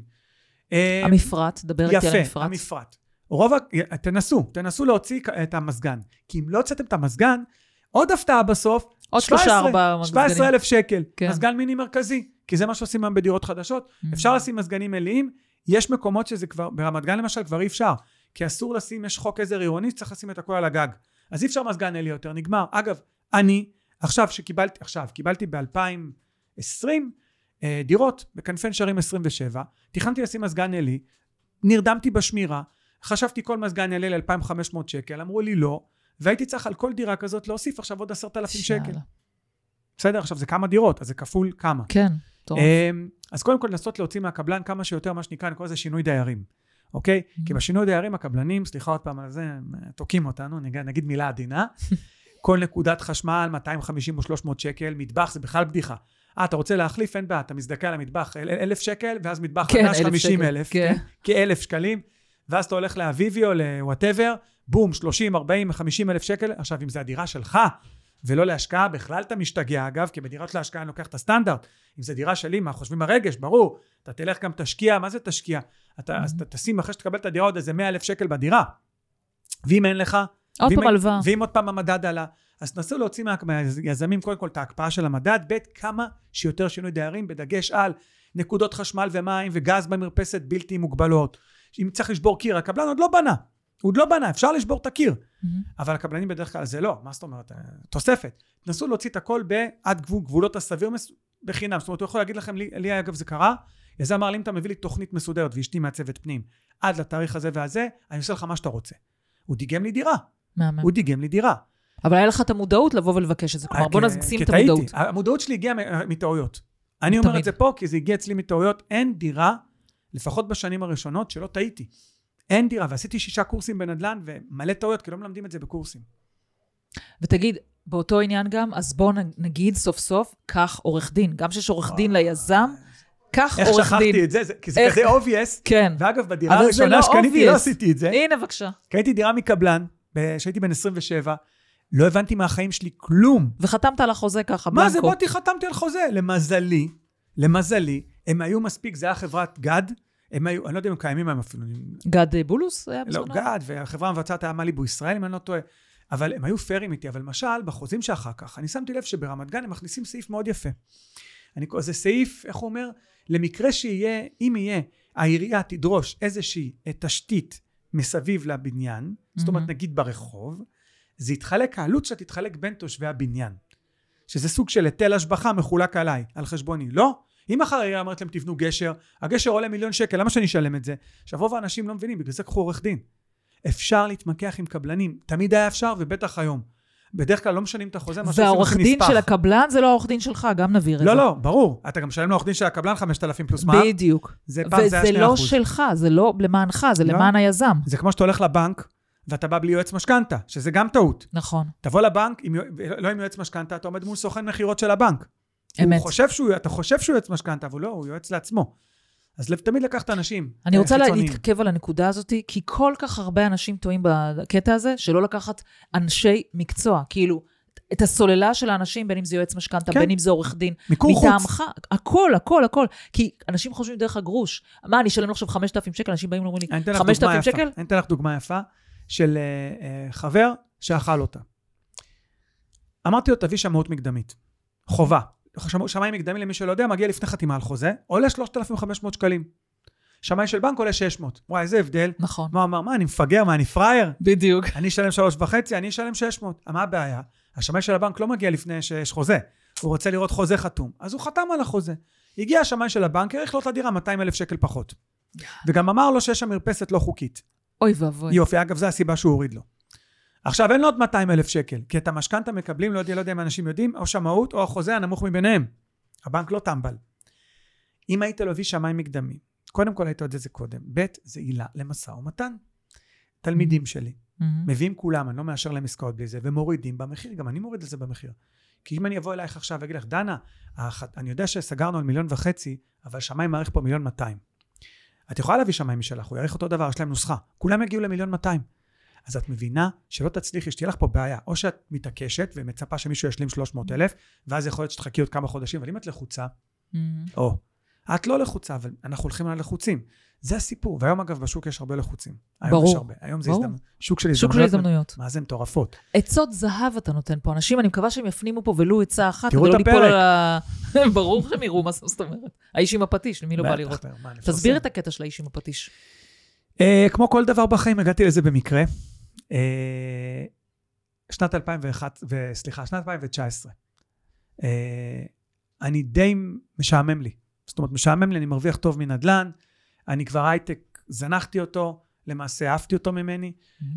המפרט, דבר איתי על המפרט. יפה, המפרט. תנסו להוציא את המסגן. כי אם לא הוצאתם את המסגן, עוד הפתעה בסוף, עוד 17,000 שקל, מזגן מיני מרכזי, כי זה מה שעושים היום בדירות חדשות, אפשר לשים מזגנים מלאים, יש מקומות שזה כבר, ברמת גן למשל כבר אי אפשר, כי אסור לשים, יש חוק עזר עירוני, צריך לשים את הכל על הגג, אז אי אפשר מזגן אלי יותר, נגמר. אגב, אני, קיבלתי ב-2020 דירות, בכנפי נשרים 27, תכננתי לשים מזגן אלי, נרדמתי בשמירה, חשבתי כל מזגן אלי ל-2,500 שקל, אמרו לי לא, והייתי צריך על כל דירה כזאת להוסיף עכשיו עוד 10,000 שקל. בסדר, עכשיו זה כמה דירות, אז זה כפול כמה. כן, טוב. אז קודם כל לנסות להוציא מהקבלן כמה שיותר, מה שנקרא, אני קורא לזה שינוי דיירים. אוקיי? כי בשינוי דיירים הקבלנים, סליחה עוד פעם על זה, תוקים אותנו, נגיד מילה עדינה, כל נקודת חשמל, 250 או 300 שקל, מטבח זה בכלל בדיחה. אתה רוצה להחליף, אין בעיה, אתה מזדכה על המטבח 1,000 שקל, ואז מטבח חדש 50,000, כ-1,000 שקלים, ואז אתה הולך לאביבי או ל-whatever, בום, 30, 40, 50,000 שקל. עכשיו, אם זה הדירה שלך, ולא להשקעה, בכלל אתה משתגע, אגב, כי בדירות להשקעה אני לוקח את הסטנדרט, אם זה דירה שלי, מה חושבים הרגש, ברור, אתה תלך גם תשקיע, מה זה תשקיע? אז אתה תשים אחרי שתקבל את הדירה עוד איזה 100,000 שקל בדירה, ואם אין לך, ואם עוד פעם המדד עלה, אז תנסו להוציא מהיזמים קודם כל את ההקפאה של המדד, כמה שיותר שינוי דיירים, בדגש על נקודות חשמל ומים וגז במרפסת בלתי מוגבלות. אם צריך לשבור קיר, הקבלן עוד לא בנה, אפשר לשבור את הקיר. אבל הקבלנים בדרך כלל זה לא, מה זאת אומרת? תוספת. תנסו להוציא את הכל עד גבולות הסביר בחינם. זאת אומרת, הוא יכול להגיד לכם, לי אגב זה קרה, יזם אמר לי, אם אתה מביא לי תוכנית מסודרת, ואשתי מעצבת פנים, עד לתאריך הזה והזה, אני עושה לך מה שאתה רוצה. הוא דיגם לי דירה. אבל היה לך את המודעות לבוא ולבקש את זה. כלומר, בוא נשים את המודעות. המודעות שלי הגיעה מטעויות. אני אומר את זה פה, כי זה הגיע אצלי מטעויות. אין דירה, לפחות בשנים הראשונות, שלא טעיתי. אין דירה, ועשיתי 6 קורסים בנדל"ן, ומלא טעויות, כי לא מלמדים את זה בקורסים. ותגיד, באותו עניין גם, אז בוא נגיד סוף סוף, כך עורך דין. גם שיש עורך דין ליזם, כך עורך דין. איך שכחתי את זה? כי זה כזה obvious. כן. ואגב, בדירה הראשונה שקניתי, לא עשיתי את זה. הנה, בבקשה. קניתי דירה מקבלן, שהייתי בן 27, לא הבנתי מהחיים שלי כלום. וחתמת על החוזה ככה, מה זה? חתמתי על חוזה. למזלי, הם היו מספיק, זה היה חברת גד, הם היו, אני לא יודע אם הם קיימים מהם אפילו. גד בולוס היה בזמנו? לא, גד, והחברה המבצעת היה מליבו ישראל, אם אני לא טועה. אבל הם היו פיירים איתי, אבל למשל, בחוזים שאחר כך, אני שמתי לב שברמת גן הם מכניסים סעיף מאוד יפה. זה סעיף, איך הוא אומר? למקרה שיהיה, אם יהיה, העירייה תדרוש איזושהי תשתית מסביב לבניין, זאת אומרת, נגיד ברחוב, זה יתחלק, העלות שלה תתחלק בין תושבי הבניין. שזה סוג של היטל השבחה מחולק עליי, על חשבוני. לא? אם אחר העירייה אמרת להם תבנו גשר, הגשר עולה 1,000,000 שקל, למה שאני אשלם את זה? עכשיו רוב האנשים לא מבינים, בגלל זה קחו עורך דין. אפשר להתמקח עם קבלנים, תמיד היה אפשר ובטח היום. בדרך כלל לא משנים את החוזה, והעורך דין של הקבלן זה לא העורך דין שלך, גם נבהיר את זה. לא, ברור. אתה גם משלם לעורך דין של הקבלן 5,000 פלוס מה? בדיוק. וזה לא שלך, זה לא למענך, זה למען היזם. זה כמו שאתה הולך לבנק, ואתה בא בלי יועץ משכנתה, שזה גם טעות. נכון. תבוא לבנק, לא עם יועץ משכנתה, אתה עומד מול סוכן מחירות של הבנק. אמת. אתה חושב שהוא יועץ משכנתה, אבל לא, הוא יועץ לעצמו. אז תמיד לקח את האנשים. אני רוצה להתעכב על הנקודה הזאת, כי כל כך הרבה אנשים טועים בקטע הזה, שלא לקחת אנשי מקצוע, כאילו, את הסוללה של האנשים, בין אם זה יועץ משכנתה, בין אם זה עורך דין, מטעמך, הכל. כי אנשים חושבים דרך הגרוש. מה, אני אשלם עכשיו 5,000 שקל, אנשים באים ואומרים לי, 5,000 שקל? אני אתן לך דוגמה יפה, של חבר שאכל אותה. אמרתי לו, תביא שמאות מקדמית. חובה. שמאי מקדמי למי שלא יודע, מגיע לפני חתימה על חוזה, עולה 3,500 שקלים. שמאי של בנק עולה 600. וואי, איזה הבדל. נכון. מה אמר? מה, אני מפגר? מה, אני פרייר? בדיוק. אני אשלם 3.5, אני אשלם 600. מה הבעיה? השמאי של הבנק לא מגיע לפני שיש חוזה. הוא רוצה לראות חוזה חתום. אז הוא חתם על החוזה. הגיע השמאי של הבנק, העריך לו את הדירה 200,000 שקל פחות. וגם אמר לו שיש שם מרפסת לא חוקית. אוי ואבוי. יופי, אגב, זה הסיבה שהוא הוריד לו. עכשיו, אין לו עוד 200,000 שקל, כי את המשכנתה מקבלים, לא יודע אם אנשים יודעים, או שמאות, או החוזה הנמוך מביניהם. הבנק לא טמבל. אם היית להביא שמאי מקדמי, קודם כל היית עוד את זה קודם, ב' זה עילה למשא ומתן. תלמידים שלי, מביאים כולם, אני לא מאשר להם עסקאות בלי זה, ומורידים במחיר, גם אני מוריד על זה במחיר. כי אם אני אבוא אלייך עכשיו ואגיד לך, דנה, אני יודע שסגרנו על 1.5 מיליון, אבל שמאי מעריך פה 1,200,000. את יכולה להביא שמאי משלך, הוא יעריך אותו דבר, יש להם נוסחה. כולם יגיעו ל1,200,000. אז את מבינה שלא תצליחי, שתהיה לך פה בעיה, או שאת מתעקשת ומצפה שמישהו ישלים 300,000, ואז יכול להיות שתחכי עוד כמה חודשים, אבל אם את לחוצה, או, את לא לחוצה, אבל אנחנו הולכים על לחוצים. זה הסיפור, והיום אגב בשוק יש הרבה לחוצים. ברור. יש הרבה. היום זה שוק של הזדמנויות. מה זה מטורפות. עצות זהב אתה נותן פה. אנשים, אני מקווה שהם יפנימו פה ולו עצה אחת, כדי לא ליפול על ברור שהם יראו מה זאת אומרת. האיש עם הפטיש, למי לא בא לראות. תסביר את הקטע של האיש עם הפטיש. כמו כל דבר בחיים, הגעתי לזה במקרה. שנת 2019. אני די משעמם לי. זאת אומרת, משעמם לי, אני מרוויח טוב מנדלן, אני כבר הייטק, זנחתי אותו, למעשה אהבתי אותו ממני,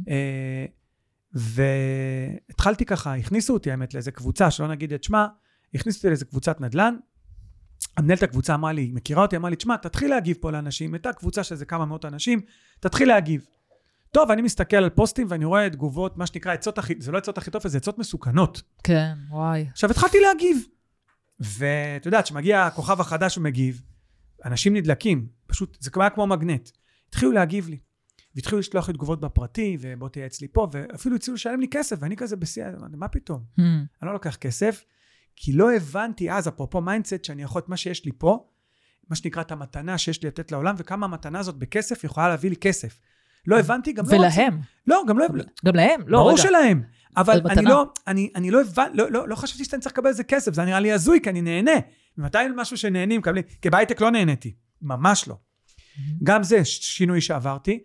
והתחלתי ככה, הכניסו אותי האמת לאיזה קבוצה, שלא נגיד את שמה, הכניסו אותי לאיזה קבוצת נדלן, המנהלת הקבוצה אמרה לי, מכירה אותי, אמרה לי, תשמע, תתחיל להגיב פה לאנשים, הייתה קבוצה שזה כמה מאות אנשים, תתחיל להגיב. טוב, אני מסתכל על פוסטים ואני רואה תגובות, מה שנקרא, זה לא עצות הכי טוב, זה עצות מסוכנות. כן, וואי. עכשיו, התחלתי להגיב. ואת יודעת, שמגיע הכוכב החדש ומגיב, אנשים נדלקים, פשוט, זה היה כמו מגנט. התחילו להגיב לי. והתחילו לשלוח לי תגובות בפרטי, ובוא תהיה אצלי פה, ואפילו הציעו לשלם לי כסף, ואני כזה בסייע, מה פתאום? אני לא לוקח כסף, כי לא הבנתי אז, אפרופו מיינדסט, שאני יכול את מה שיש לי פה, מה שנקרא את המתנה שיש לי לתת לעולם, וכמה המתנה הזאת בכסף יכולה להביא לי כסף. לא הבנתי, גם לא ולהם. לא, גם לא. גם להם? לא, ברור רגע. שלהם. אבל אני לא הבנתי, לא חשבתי שאתה צריך לקבל איזה כסף, זה נראה לי הזוי, כי אני נהנה. ממתי משהו שנהנים, כי בהייטק לא נהניתי. ממש לא. גם זה שינוי שעברתי,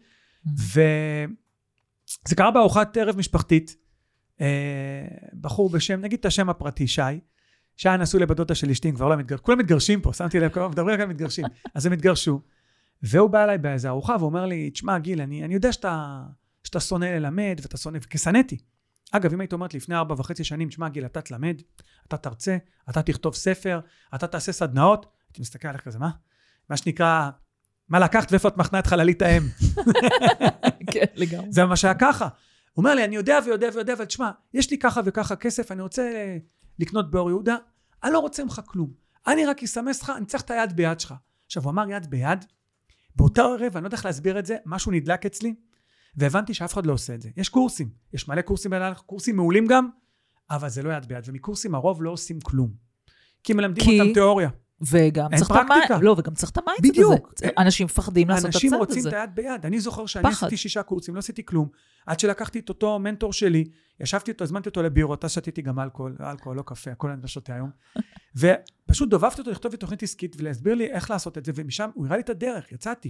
וזה קרה בארוחת ערב משפחתית, בחור בשם, נגיד את השם הפרטי, שי נסעו לבדודה של אשתי, כבר לא מתגרשים, כולם מתגרשים פה, שמתי לב, מדברים כאן מתגרשים, אז הם מתגרשו, והוא בא אליי באיזה ארוחה, ואומר לי, תשמע גיל, אני יודע שאתה שונא ללמד, ואתה שונא, וכסנתי. אגב, אם היית אומרת לפני 4.5 שנים, תשמע גיל, אתה תלמד, אתה תרצה, אתה תכתוב ספר, אתה תעשה סדנאות, הייתי מסתכל עליך כזה, מה שנקרא, מה לקחת ואיפה את מכנה את חללית האם? כן, לגמרי. זה מה שהיה ככה. הוא אומר לי, אני יודע, אבל תשמע, יש לי ככה וככה כסף, אני רוצה לקנות באור יהודה, אני לא רוצה ממך כלום. אני רק אסמס לך, אני צריך את היד ביד שלך. עכשיו, הוא אמר יד ביד, באותה ערב, אני לא יודע איך להסביר את זה, משהו נדלק אצלי, והבנתי שאף אחד לא עושה את זה. יש קורסים, יש מלא קורסים מעולים גם, אבל זה לא יד ביד, ומקורסים הרוב לא עושים כלום. כי מלמדים אותם תיאוריה. וגם צריך פרקטיקה. לא, וגם צריך את המיינדסט הזה. אנשים מפחדים לעשות את הצד הזה. אנשים רוצים את היד ביד. אני זוכר שאני עשיתי 6 קורסים, לא עשיתי כלום. עד שלקחתי את אותו מנטור שלי, ישבתי אותו, הזמנתי אותו לבירו, אתה שתיתי גם אלכוהול, לא קפה, הכל אני לא שותה היום. ופשוט דובבתי אותו לכתוב לי תוכנית עסקית, ולהסביר לי איך לעשות את זה, ומשם הוא הראה לי את הדרך, יצאתי.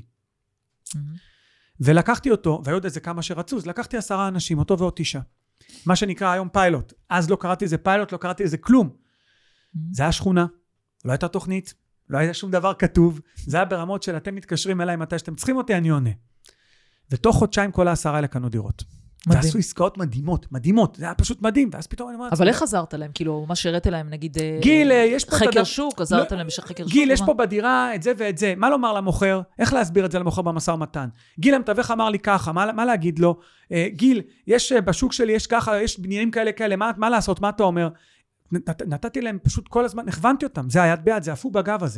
ולקחתי אותו, והיו עוד איזה כמה שרצו, אז לקחתי 10 אנשים, אותו ועוד 9. מה שנקרא היום פיילוט. אז לא קראתי איזה פיילוט, לא קראתי איזה כלום. זה היה שכונה, לא הייתה תוכנית, לא היה שום דבר כתוב, זה היה ברמות של אתם מתקשרים אליי מתי שאתם צריכים אותי, אני עונה. ותוך חודשיים כל 10 האלה קנו דירות. ועשו עסקאות מדהימות, זה היה פשוט מדהים, ואז פתאום אני אומר... אבל איך עזרת להם? כאילו, מה שהראית להם, נגיד... גיל, יש פה... חקר שוק, עזרת להם בשביל חקר שוק? גיל, יש פה בדירה את זה ואת זה, מה לומר למוכר? איך להסביר את זה למוכר במשא ומתן? גיל, המתווך אמר לי ככה, מה להגיד לו? גיל, יש בשוק שלי, יש ככה, יש בניינים כאלה, מה לעשות? מה אתה אומר? נתתי להם פשוט כל הזמן, הכוונתי אותם, זה היד ביד, זה אפו בגב הזה.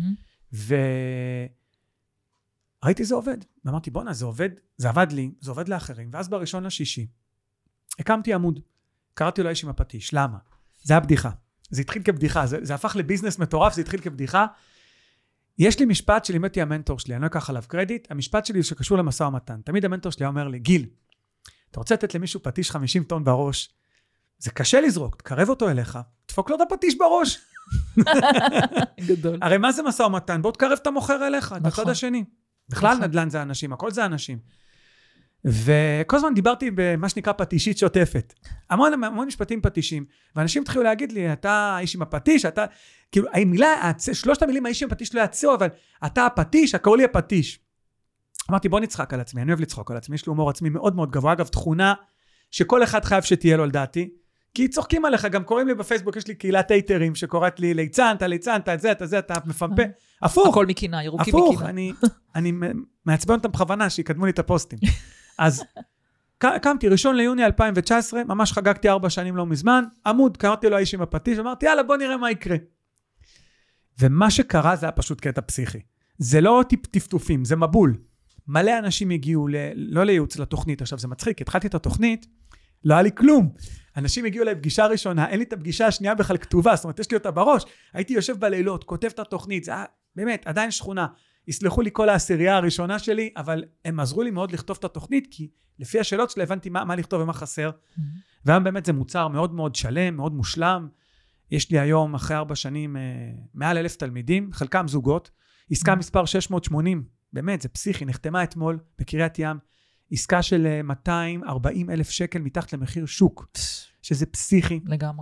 ראיתי זה עובד, ואמרתי בונה, זה עובד, זה עבד לי, זה עובד לאחרים, ואז ב1.6 הקמתי עמוד, קראתי לו האיש עם הפטיש, למה? זה היה בדיחה, זה התחיל כבדיחה, זה הפך לביזנס מטורף, זה התחיל כבדיחה. יש לי משפט שלימדתי המנטור שלי, אני לא אקח עליו קרדיט, המשפט שלי שקשור למשא ומתן, תמיד המנטור שלי אומר לי, גיל, אתה רוצה לתת למישהו פטיש 50 טון בראש, זה קשה לזרוק, תקרב אותו אליך, תפוק לו את הפטיש בראש. גדול. הרי מה זה משא ומתן? בוא תקרב את המוכר אליך, את הצד השני. בכלל נדל"ן זה אנשים, הכל זה אנשים. וכל הזמן דיברתי במה שנקרא פטישית שוטפת. המון משפטים פטישים, ואנשים התחילו להגיד לי, אתה איש עם הפטיש, אתה, כאילו, שלושת המילים האיש עם הפטיש לא יצאו, אבל אתה הפטיש, קראו לי הפטיש. אמרתי, בוא נצחק על עצמי, אני אוהב לצחוק על עצמי, יש לי הומור עצמי מאוד מאוד גבוה, אגב, תכונה שכל אחד חייב שתהיה לו לדעתי, כי צוחקים עליך, גם קוראים לי בפייסבוק, יש לי קהילת הייטרים שקוראת לי ליצן, אתה את זה, אתה מפמפה. הפוך. הכל מקינה, ירוקים מקינה. הפוך, אני מעצבן אותם בכוונה, שיקדמו לי את הפוסטים. אז קמתי, 1 ליוני 2019, ממש חגגתי 4 שנים לא מזמן, עמוד, קראתי לו האיש עם הפטיש, אמרתי, יאללה, בוא נראה מה יקרה. ומה שקרה זה היה פשוט קטע פסיכי. זה לא טפטופים, זה מבול. מלא אנשים הגיעו, לא לייעוץ לתוכנית, עכשיו זה מצחיק, התחלתי את התוכנית, לא היה לי כלום. אנשים הגיעו אליי פגישה ראשונה, אין לי את הפגישה השנייה בכלל כתובה, זאת אומרת, יש לי אותה בראש, הייתי יושב בלילות, כותב את התוכנית, זה היה, באמת, עדיין שכונה, יסלחו לי כל העשירייה הראשונה שלי, אבל הם עזרו לי מאוד לכתוב את התוכנית, כי לפי השאלות שלי הבנתי מה לכתוב ומה חסר, והיום באמת זה מוצר מאוד מאוד שלם, מאוד מושלם, יש לי היום, אחרי 4 שנים, מעל 1,000 תלמידים, חלקם זוגות, עסקה מספר 680, באמת, זה פסיכי, נחתמה אתמול בקריית ים, עסקה של 240,000 שקל מתחת למחיר שוק, שזה פסיכי. לגמרי.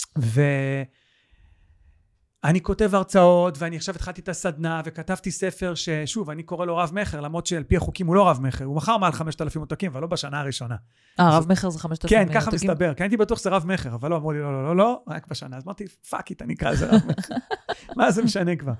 ואני כותב הרצאות, ואני עכשיו התחלתי את הסדנה, וכתבתי ספר ששוב, אני קורא לו רב מחר, למרות שעל פי החוקים הוא לא רב מחר, הוא מכר מעל 5,000 מותקים, אבל לא בשנה הראשונה. רב מחר זה 5,000 מותקים? כן, ככה מסתבר, כי הייתי בטוח שזה רב מחר, אבל לא, אמרו לי, לא, רק בשנה. אז אמרתי, פאק איט, אני אקרא לזה רב מחר. מה זה משנה כבר?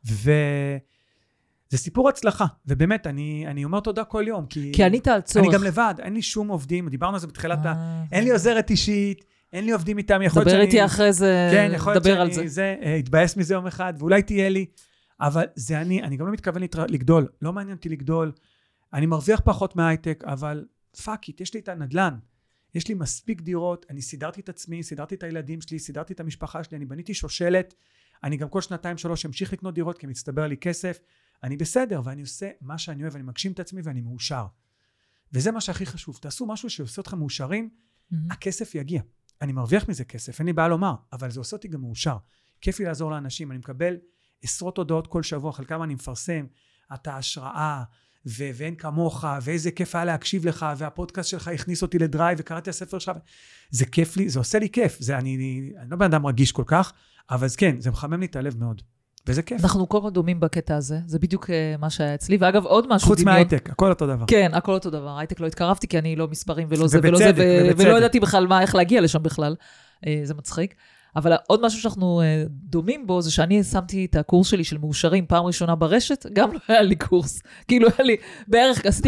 זה סיפור הצלחה, ובאמת, אני אומר תודה כל יום, כי ענית על צורך. אני גם לבד, אין לי שום עובדים, דיברנו על זה בתחילת אין לי עוזרת אישית, אין לי עובדים איתם, יכול להיות שאני... דבר איתי אחרי זה, דבר על זה. התבאס מזה יום אחד, ואולי תהיה לי, אבל זה אני גם לא מתכוון לגדול, לא מעניין אותי לגדול, אני מרוויח פחות מההייטק, אבל פאקית, יש לי את הנדלן. יש לי מספיק דירות, אני סידרתי את עצמי, סידרתי את הילדים שלי, סידרתי את המשפחה שלי, אני בניתי שושלת, אני גם כל 2-3 אמשיך לקנות דירות, כי מצטבר לי כסף, אני בסדר, ואני עושה מה שאני אוהב, אני מגשים את עצמי ואני מאושר. וזה מה שהכי חשוב, תעשו משהו שעושה אתכם מאושרים, הכסף יגיע. אני מרוויח מזה כסף, אין לי בעיה לומר, אבל זה עושה אותי גם מאושר. כיף לי לעזור לאנשים, אני מקבל עשרות הודעות כל שבוע, חלקם אני מפרסם, אתה השראה, ואין כמוך, ואיזה כיף היה להקשיב לך, והפודקאסט שלך הכניס אותי לדרייב, וקראתי הספר שלך, זה כיף לי, זה עושה לי כיף, אני לא בן אדם רגיש כל כך, אבל כן, זה מחמם לי את הלב מאוד, וזה כיף. אנחנו כל כך דומים בקטע הזה, זה בדיוק מה שהיה אצלי, ואגב עוד משהו חוץ מההייטק, הכל אותו דבר. כן, הכל אותו דבר, ההייטק לא התקרבתי, כי אני לא מספרים ולא זה ולא זה, ולא ידעתי בכלל איך להגיע לשם בכלל, זה מצחיק. אבל עוד משהו שאנחנו דומים בו, זה שאני שמתי את הקורס שלי של מאושרים פעם ראשונה ברשת, גם לא היה לי קורס. כאילו היה לי בערך, עשיתי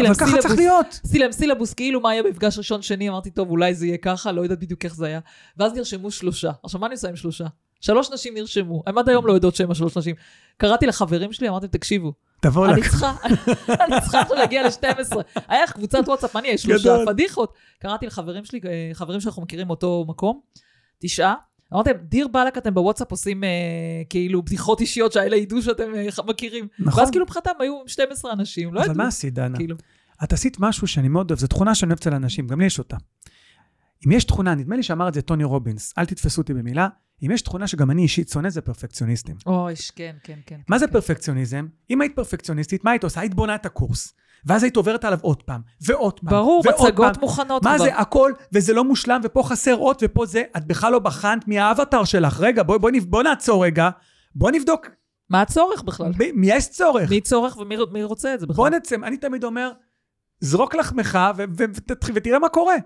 להם סילבוס, כאילו מה היה במפגש ראשון שני, אמרתי, טוב, אולי זה יהיה ככה, לא יודעת בדיוק איך זה היה. ואז נרשמו 3. עכשיו, מה אני עושה עם 3? 3 נשים נרשמו. הם עד היום לא יודעות שהם 3 נשים. קראתי לחברים שלי, אמרתי, תקשיבו. אני צריכה להגיע ל-12. היה קבוצת וואטסאפ, מה נהיה? 3 פדיחות. קראתי לחברים שלי, חברים שאנחנו מכירים אותו מקום, 9. אמרתם, דיר בלק, אתם בוואטסאפ עושים כאילו בדיחות אישיות שהאלה ידעו שאתם מכירים. נכון. ואז כאילו בחתם היו 12 אנשים, לא ידעו. אבל מה עשית, דנה? את עשית משהו שאני מאוד אוהב, זו תכונה שאני אוהב אצל אנשים, גם לי יש אותה. אם יש תכונה, נדמה לי שאמר את זה טוני רובינס, אל תתפסו אותי במילה, אם יש תכונה שגם אני אישית שונא, זה פרפקציוניסטים. אוי, כן, כן, כן. מה זה פרפקציוניזם? אם היית פרפקציוניסטית, מה היית עושה? היית בונה את הקורס, ואז היית עוברת עליו עוד פעם, ועוד פעם, ברור, מצגות מוכנות מה זה הכל, וזה לא מושלם, ופה חסר עוד, ופה זה, את בכלל לא בחנת מי האבטר שלך. רגע, בוא נעצור רגע, בוא נבדוק. מה הצורך בכלל? מי יש צורך? מי צורך ומי רוצה את זה בכלל? בוא נצא, אני תמיד אומר, זרוק לחמך, ותראה מה קורה.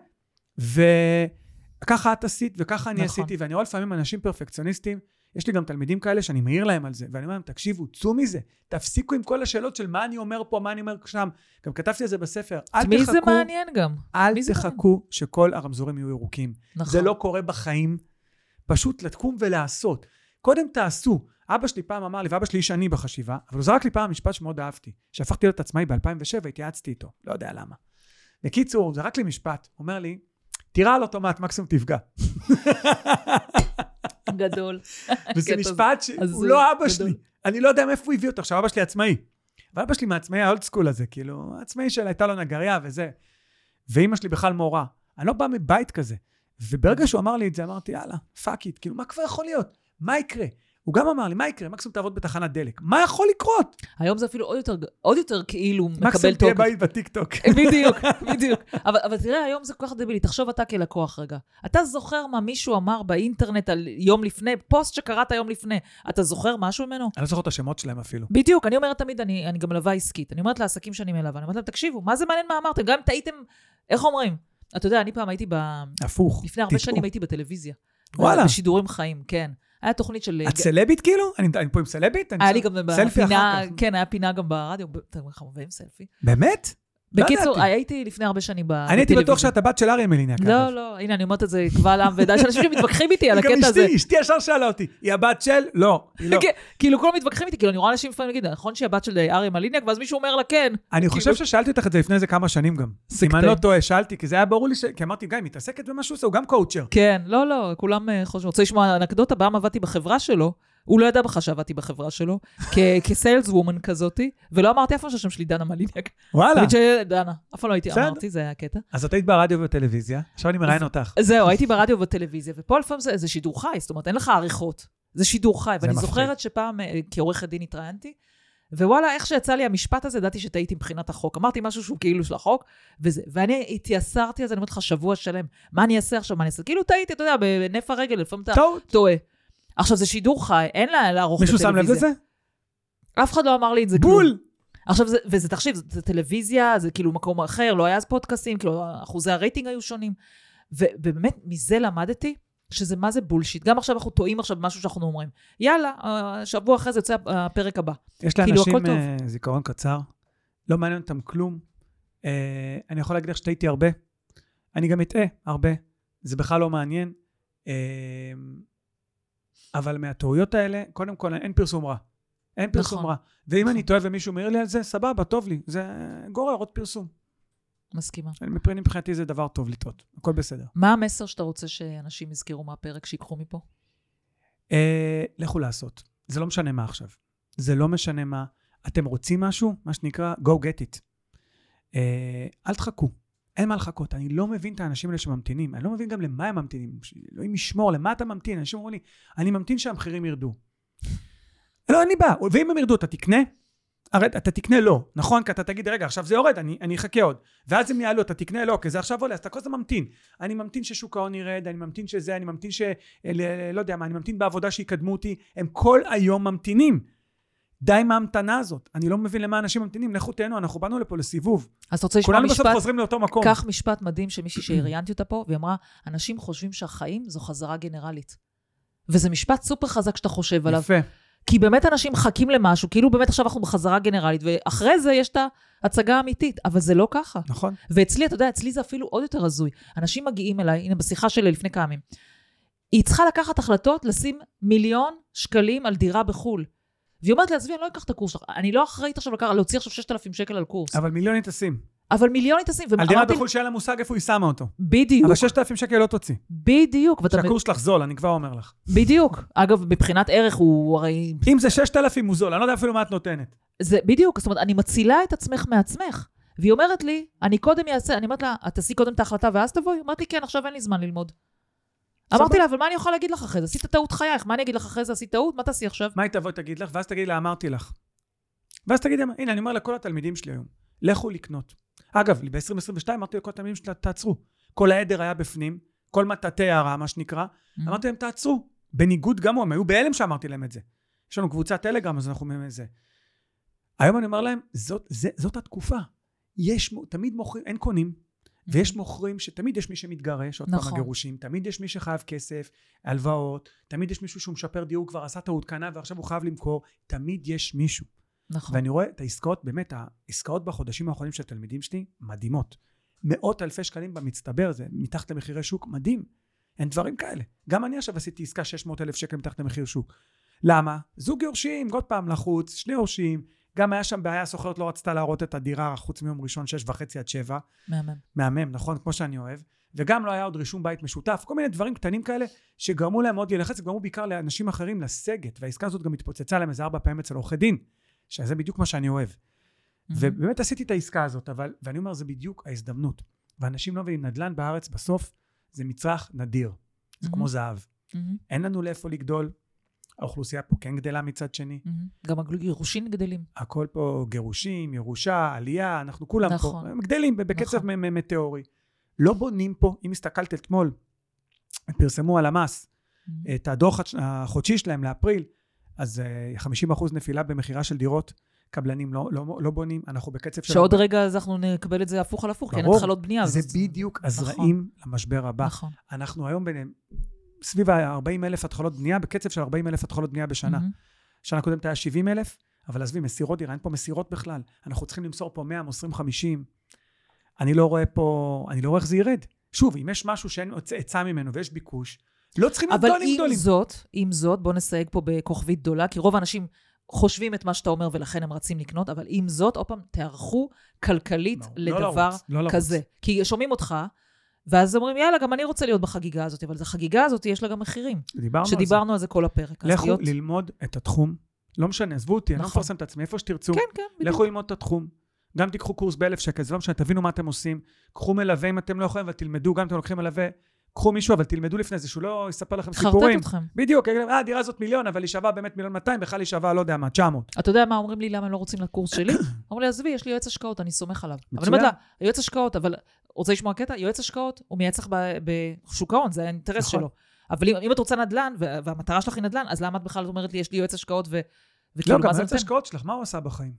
וככה את עשית, וככה אני עשיתי, ואני רואה לפעמים אנשים פרפקציוניסטים, יש לי גם תלמידים כאלה שאני מעיר להם על זה, ואני אומר להם, תקשיבו, צאו מזה, תפסיקו עם כל השאלות של מה אני אומר פה, מה אני אומר שם, גם כתבתי את זה בספר, מי זה מעניין גם? אל תחכו שכל הרמזורים יהיו ירוקים, זה לא קורה בחיים, פשוט לתקום ולעשות, קודם תעשו, אבא שלי פעם אמר לי, ואבא שלי איש עני בחשיבה, אבל הוא זרק לי פעם משפט שמאוד אהבתי, שהפכתי להיות עצמאי ב-2007, התייעצתי איתו, לא יודע למה. בקיצור, הוא זרק לי משפט, הוא אומר לי, תירה על אוטומט, מקסימום תפגע. גדול. וזה משפט שהוא לא אבא שלי. אני לא יודע מאיפה הוא הביא אותו. עכשיו, אבא שלי עצמאי. ואבא שלי מעצמאי האולד סקול הזה, כאילו, העצמאי שלה הייתה לו נגריה וזה. ואמא שלי בכלל מורה. אני לא בא מבית כזה. וברגע שהוא אמר לי את זה, אמרתי, יאללה, פאק איט. כאילו, מה כבר יכול להיות? מה יקרה? הוא גם אמר לי, מה יקרה? מקסימום תעבוד בתחנת דלק. מה יכול לקרות? היום זה אפילו עוד יותר כאילו מקבל תוקף. מקסימום תהיה בית בטיקטוק. בדיוק, בדיוק. אבל תראה, היום זה כל כך דבילי. תחשוב אתה כלקוח רגע. אתה זוכר מה מישהו אמר באינטרנט על יום לפני, פוסט שקראת יום לפני. אתה זוכר משהו ממנו? אני לא זוכר את השמות שלהם אפילו. בדיוק, אני אומרת תמיד, אני גם מלווה עסקית. אני אומרת לעסקים שאני מלווה. אני אומרת להם, תקשיבו, מה זה מעניין מה אמרתם? גם אם טעיתם, איך אומרים? אתה יודע, אני פעם הייתי הפוך. לפני הרבה שנים הייתי בטלוויזיה. וואלה. בשידורים חיים, כן. היה תוכנית של... את סלבית כאילו? אני פה עם סלבית? היה לי גם סלפי אחר כך. כן, היה פינה גם ברדיו, אתם חמובים סלפי. באמת? בקיצור, הייתי לפני הרבה שנים בטלוויזיה. אני הייתי בטוח שאת הבת של אריה מליניאק. לא, לא, הנה, אני אומרת את זה קבל עם ודאי, שאנשים שמתווכחים איתי על הקטע הזה. גם אשתי ישר שאלה אותי, היא הבת של? לא, היא לא. כאילו, כולם מתווכחים איתי, כאילו, אני רואה אנשים לפעמים להגיד, נכון שהיא הבת של אריה מליניאק, ואז מישהו אומר לה, כן. אני חושב ששאלתי אותך את זה לפני איזה כמה שנים גם. אם אני לא טועה, שאלתי, כי זה היה ברור לי כי אמרתי, גיא, מתעסקת במשהו, הוא גם קואוצ'ר. כן, לא, לא, כולם חושבים, רוצה לשמוע אנקדוטה, פעם עבדתי בחברה שלו, הוא לא ידע בכלל שעבדתי בחברה שלו, כסיילס וומן כזאתי, ולא אמרתי אף פעם שהשם שלי דנה מליניאק. וואלה. דנה, אף פעם לא הייתי, אמרתי, זה היה הקטע. אז את היית ברדיו ובטלוויזיה, עכשיו אני מראיין אותך. זהו, הייתי ברדיו ובטלוויזיה, ופה לפעמים זה שידור חי, זאת אומרת, אין לך עריכות. זה שידור חי, ואני זוכרת שפעם כעורכת דין התראיינתי, ווואלה, איך שיצא לי המשפט הזה, ידעתי שטעיתי מבחינת החוק. אמרתי משהו שהוא כאילו של החוק, ואני התייסרתי, אז אני אומרת לך שבוע שלם, מה אני אעשה עכשיו, מה אני אעשה? כאילו טעיתי, אתה יודע, בנף הרגל, לפעמים אתה טועה. עכשיו, זה שידור חי, אין לה לערוך בטלוויזיה. מישהו שם לב לזה? אף אחד לא אמר לי את זה בול! עכשיו, וזה תחשיב, זה טלוויזיה, זה כאילו מקום אחר, לא היה אז פודקאסטים, כאילו, אחוזי הרייטינג היו שונים. ובאמת, מזה למדתי, שזה מה זה בולשיט. גם עכשיו אנחנו טועים עכשיו במשהו שאנחנו אומרים. יאללה, שבוע אחרי זה יוצא הפרק הבא. יש לאנשים זיכרון קצר, לא מעניין אותם כלום. אני יכול להגיד לך שטעיתי הרבה. אני גם אטעה הרבה. זה בכלל לא מעניין. אבל מהטעויות האלה, קודם כל, אין פרסום רע. אין פרסום רע. ואם אני טועה ומישהו מעיר לי על זה, סבבה, טוב לי. זה גורר עוד פרסום. מסכימה. מבחינתי זה דבר טוב לטעות. הכל בסדר. מה המסר שאתה רוצה שאנשים יזכירו מהפרק שיקחו מפה? לכו לעשות. זה לא משנה מה עכשיו. זה לא משנה מה. אתם רוצים משהו? מה שנקרא, go get it. אל תחכו. אין מה לחכות. אני לא מבין את האנשים האלה שממתינים. אני לא מבין גם למה הם ממתינים. לא אם ישמור, למה אתה ממתין? אנשים אומרים לי, אני ממתין שהמחירים ירדו. לא, אני בא. ואם הם ירדו, אתה תקנה? הרי אתה תקנה לא, נכון? כי אתה תגיד, רגע, עכשיו זה יורד, אני אחכה עוד. ואז הם יעלו, אתה תקנה לא, כי זה עכשיו עולה, אז אתה כל זה ממתין. אני ממתין ששוק ההון ירד, אני ממתין שזה, אני ממתין לא יודע מה, אני ממתין בעבודה שיקדמו אותי. הם כל היום ממתינים. די מההמתנה הזאת. אני לא מבין למה אנשים ממתינים. לכו תהנו, אנחנו באנו לפה לסיבוב. אז אתה רוצה לשמוע משפט? כולנו בסוף חוזרים לאותו מקום. כך משפט מדהים שמישהי שהראיינתי אותה פה, והיא אמרה, אנשים חושבים שהחיים זו חזרה גנרלית. וזה משפט סופר חזק שאתה חושב עליו. יפה. כי באמת אנשים מחכים למשהו, כאילו באמת עכשיו אנחנו בחזרה גנרלית, ואחרי זה יש את ההצגה האמיתית, אבל זה לא ככה. נכון. ואצלי, אתה יודע, אצלי זה אפילו עוד יותר הזוי. אנשים מגיעים אליי, הנה בשיחה שלי לפני כמה ימים, היא צריכה לקחת החלטות, לשים 1,000,000 שקלים על דירה בחול. והיא אומרת לעצמי, אני לא אקח את הקורס שלך, אני לא אחראית עכשיו להוציא עכשיו 6,000 שקל על קורס. אבל 1,000,000 היא תשים. אבל 1,000,000 היא תשים. על דירה בחול שאין לה מושג איפה היא שמה אותו. בדיוק. אבל 6,000 שקל לא תוציא. בדיוק. שהקורס שלך זול, אני כבר אומר לך. בדיוק. אגב, מבחינת ערך הוא הרי... אם זה 6,000 הוא זול, אני לא יודע אפילו מה את נותנת. זה בדיוק. זאת אומרת, אני מצילה את עצמך מעצמך. והיא אומרת לי, אני קודם אעשה, אני אומרת לה, את תעשי קודם את ההחלטה ואז תבואי? היא אומרת לי, כן, עכשיו אין לי זמן ללמוד. אמרתי לה, אבל מה אני יכולה להגיד לך אחרי זה? עשית טעות חייך, מה אני אגיד לך אחרי זה? עשית טעות? מה תעשי עכשיו? מה היא תבוא תגיד לך? ואז תגיד לה, אמרתי לך. ואז תגיד לה, הנה, אני אומר לכל התלמידים שלי היום, לכו לקנות. אגב, ב-2022 אמרתי לכל התלמידים שלי, תעצרו. כל העדר היה בפנים, כל מטאטי הרע, מה שנקרא. אמרתי להם, תעצרו. בניגוד גם הם היו בהלם שאמרתי להם את זה. יש לנו קבוצת טלגרם, אז אנחנו מזה. היום אני אומר להם, זאת התקופה. תמיד מוכרים, אין קונים, ויש מוכרים שתמיד יש מי שמתגרש, עוד פעם הגירושים, תמיד יש מי שחייב כסף, הלוואות, תמיד יש מישהו שהוא משפר דיור, כבר עשה טעות קנה, ועכשיו הוא חייב למכור, תמיד יש מישהו. נכון. ואני רואה את העסקאות, באמת, העסקאות בחודשים האחרונים של התלמידים שלי, מדהימות. 100,000 שקלים במצטבר, זה מתחת למחירי שוק, מדהים. אין דברים כאלה. גם אני עכשיו עשיתי עסקה 600,000 שקל מתחת למחיר שוק. למה? זוג יורשים, עוד פעם לחוץ, 2 יורשים, גם היה שם בעיה, הסוחרת לא רצתה להראות את הדירה חוץ מיום ראשון 6:30 עד 7. מהמם, נכון, כמו שאני אוהב. וגם לא היה עוד רישום בית משותף, כל מיני דברים קטנים כאלה שגרמו להם מאוד להילחץ, וגרמו בעיקר לאנשים אחרים לסגת, והעסקה הזאת גם התפוצצה להם איזה 4 פעמים אצל עורכי דין, שזה בדיוק מה שאני אוהב. ובאמת עשיתי את העסקה הזאת, ואני אומר, זה בדיוק ההזדמנות. ואנשים לא מבינים, נדל"ן בארץ בסוף זה מצרך נדיר. זה כמו זהב. אין לנו לאיפה לגדול. האוכלוסייה פה כן גדלה מצד שני. גם גירושין גדלים. הכל פה גירושים, ירושה, עלייה, אנחנו כולם פה. הם גדלים בקצב מטאורי. לא בונים פה, אם הסתכלת אתמול, פרסמו על המס, את הדוח החודשי שלהם לאפריל, אז 50% נפילה במחירה של דירות, קבלנים לא בונים, אנחנו בקצב של... שעוד רגע אז אנחנו נקבל את זה הפוך על הפוך, כי אין התחלות בנייה. זה בדיוק הזרעים למשבר הבא. אנחנו היום סביב 40,000 התחלות בנייה, בקצב של 40,000 התחלות בנייה בשנה. שנה קודמת היה 70,000, אבל עזבי, מסירות דירה, אין פה מסירות בכלל. אנחנו צריכים למסור פה 100, מוסרים 50. אני לא רואה איך זה ירד. שוב, אם יש משהו שאין עצה ממנו ויש ביקוש, לא צריכים גדולים גדולים. אבל עם זאת, בוא נסייג פה בכוכבית גדולה, כי רוב האנשים חושבים את מה שאתה אומר, ולכן הם רצים לקנות, אבל עם זאת, עוד פעם, תערכו כלכלית לדבר כזה. כי שומעים אותך, ואז אומרים, יאללה, גם אני רוצה להיות בחגיגה הזאת, אבל החגיגה הזאת יש לה גם מחירים. שדיברנו על זה כל הפרק. לכו ללמוד את התחום, לא משנה, עזבו אותי, אני לא מפרסם את עצמי, איפה שתרצו, לכו ללמוד את התחום. גם תיקחו קורס ב1,000 שקל, זה לא משנה, תבינו מה אתם עושים, קחו מלווה אם אתם לא יכולים, ותלמדו, גם אתם לוקחים מלווה, קחו מישהו, אבל תלמדו לפני זה, שהוא לא יספר לכם סיפורים. בדיוק, דירה הזאת 1,000,000, אבל היא שווה באמת 1,200,000, בכלל היא שווה, לא יודע מה, 900. אתה יודע מה אומרים לי, למה הם לא רוצים לקורס שלי? אומרים לי, עזבי, יש לי יועץ השקעות, אני סומך עליו. אבל אני אומרת לה, יועץ השקעות, אבל רוצה לשמוע קטע? יועץ השקעות, הוא מייצג בשוק ההון, זה האינטרס שלו. אבל אם את רוצה נדל"ן, והמטרה שלך היא נדל"ן, אז למה את בכלל אומרת לי, יש לי יועץ השקעות לא, גם יועץ השקעות שלך, מה הוא עשה בחיים?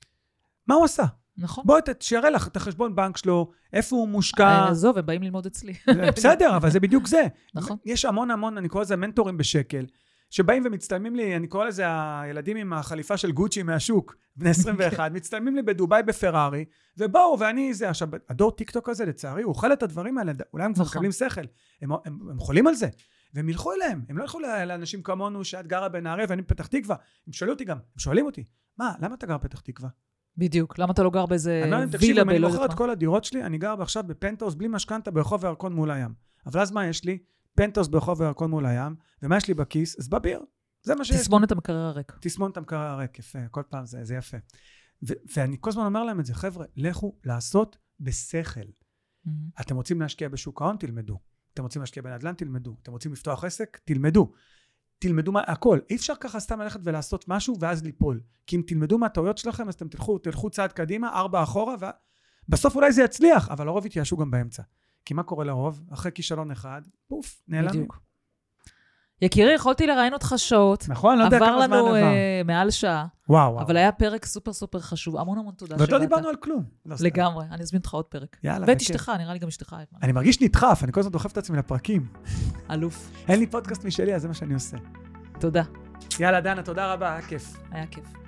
מה הוא עשה? נכון. בואי שיראה לך את החשבון בנק שלו, איפה הוא מושקע. עזוב, הם באים ללמוד אצלי. בסדר, אבל זה בדיוק זה. נכון. יש המון, אני קורא לזה מנטורים בשקל, שבאים ומצטלמים לי, אני קורא לזה הילדים עם החליפה של גוצ'י מהשוק, בני 21, מצטלמים לי בדוביי בפרארי, ובואו, ואני זה, עכשיו, הדור טיק טוק הזה, לצערי, הוא אוכל את הדברים האלה, אולי הם כבר מקבלים שכל, הם חולים על זה. והם ילכו אליהם. הם לא ילכו לאנשים כמונו שאת גרה בנהריה ואני בפתח תקווה. הם שואלים אותי גם, הם שואלים אותי, מה, למה אתה גר בפתח תקווה? בדיוק, למה אתה לא גר באיזה וילה תקשיב, אם אני מוכר את כל הדירות שלי, אני גר עכשיו בפנטהאוס בלי משכנתה ברחוב הירקון מול הים. אבל אז מה יש לי? פנטהאוס ברחוב הירקון מול הים, ומה יש לי בכיס? אז בביר. זה מה שיש. תסמונת המקרר הריק. תסמונת המקרר הריק, יפה. כל פעם זה יפה. ואני כל הזמן אומר להם את זה, חבר'ה, לכו לעשות בשכל. אתם רוצים להשקיע בשוק ההון? תלמדו. אתם רוצים להשקיע בנדל"ן? תלמדו. אתם רוצים לפתוח עסק? תלמדו. תלמדו הכל. אי אפשר ככה סתם ללכת ולעשות משהו ואז ליפול. כי אם תלמדו מהטעויות שלכם, אז אתם תלכו צעד קדימה, 4 אחורה, ובסוף אולי זה יצליח, אבל הרוב יתייאשו גם באמצע. כי מה קורה לרוב? אחרי כישלון אחד, פוף, נעלם. יקירי, יכולתי לראיין אותך שעות. נכון, לא יודע כמה זמן עבר לנו מעל שעה. וואו. אבל היה פרק סופר סופר חשוב. המון תודה שבאת. ועוד לא דיברנו על כלום. לגמרי, אני אזמין אותך עוד פרק. יאללה. ואת אשתך, נראה לי גם אשתך. אני מרגיש נדחף, אני כל הזמן דוחף את עצמי לפרקים. אלוף. אין לי פודקאסט משלי, אז זה מה שאני עושה. תודה. יאללה, דנה, תודה רבה, היה כיף. היה כיף.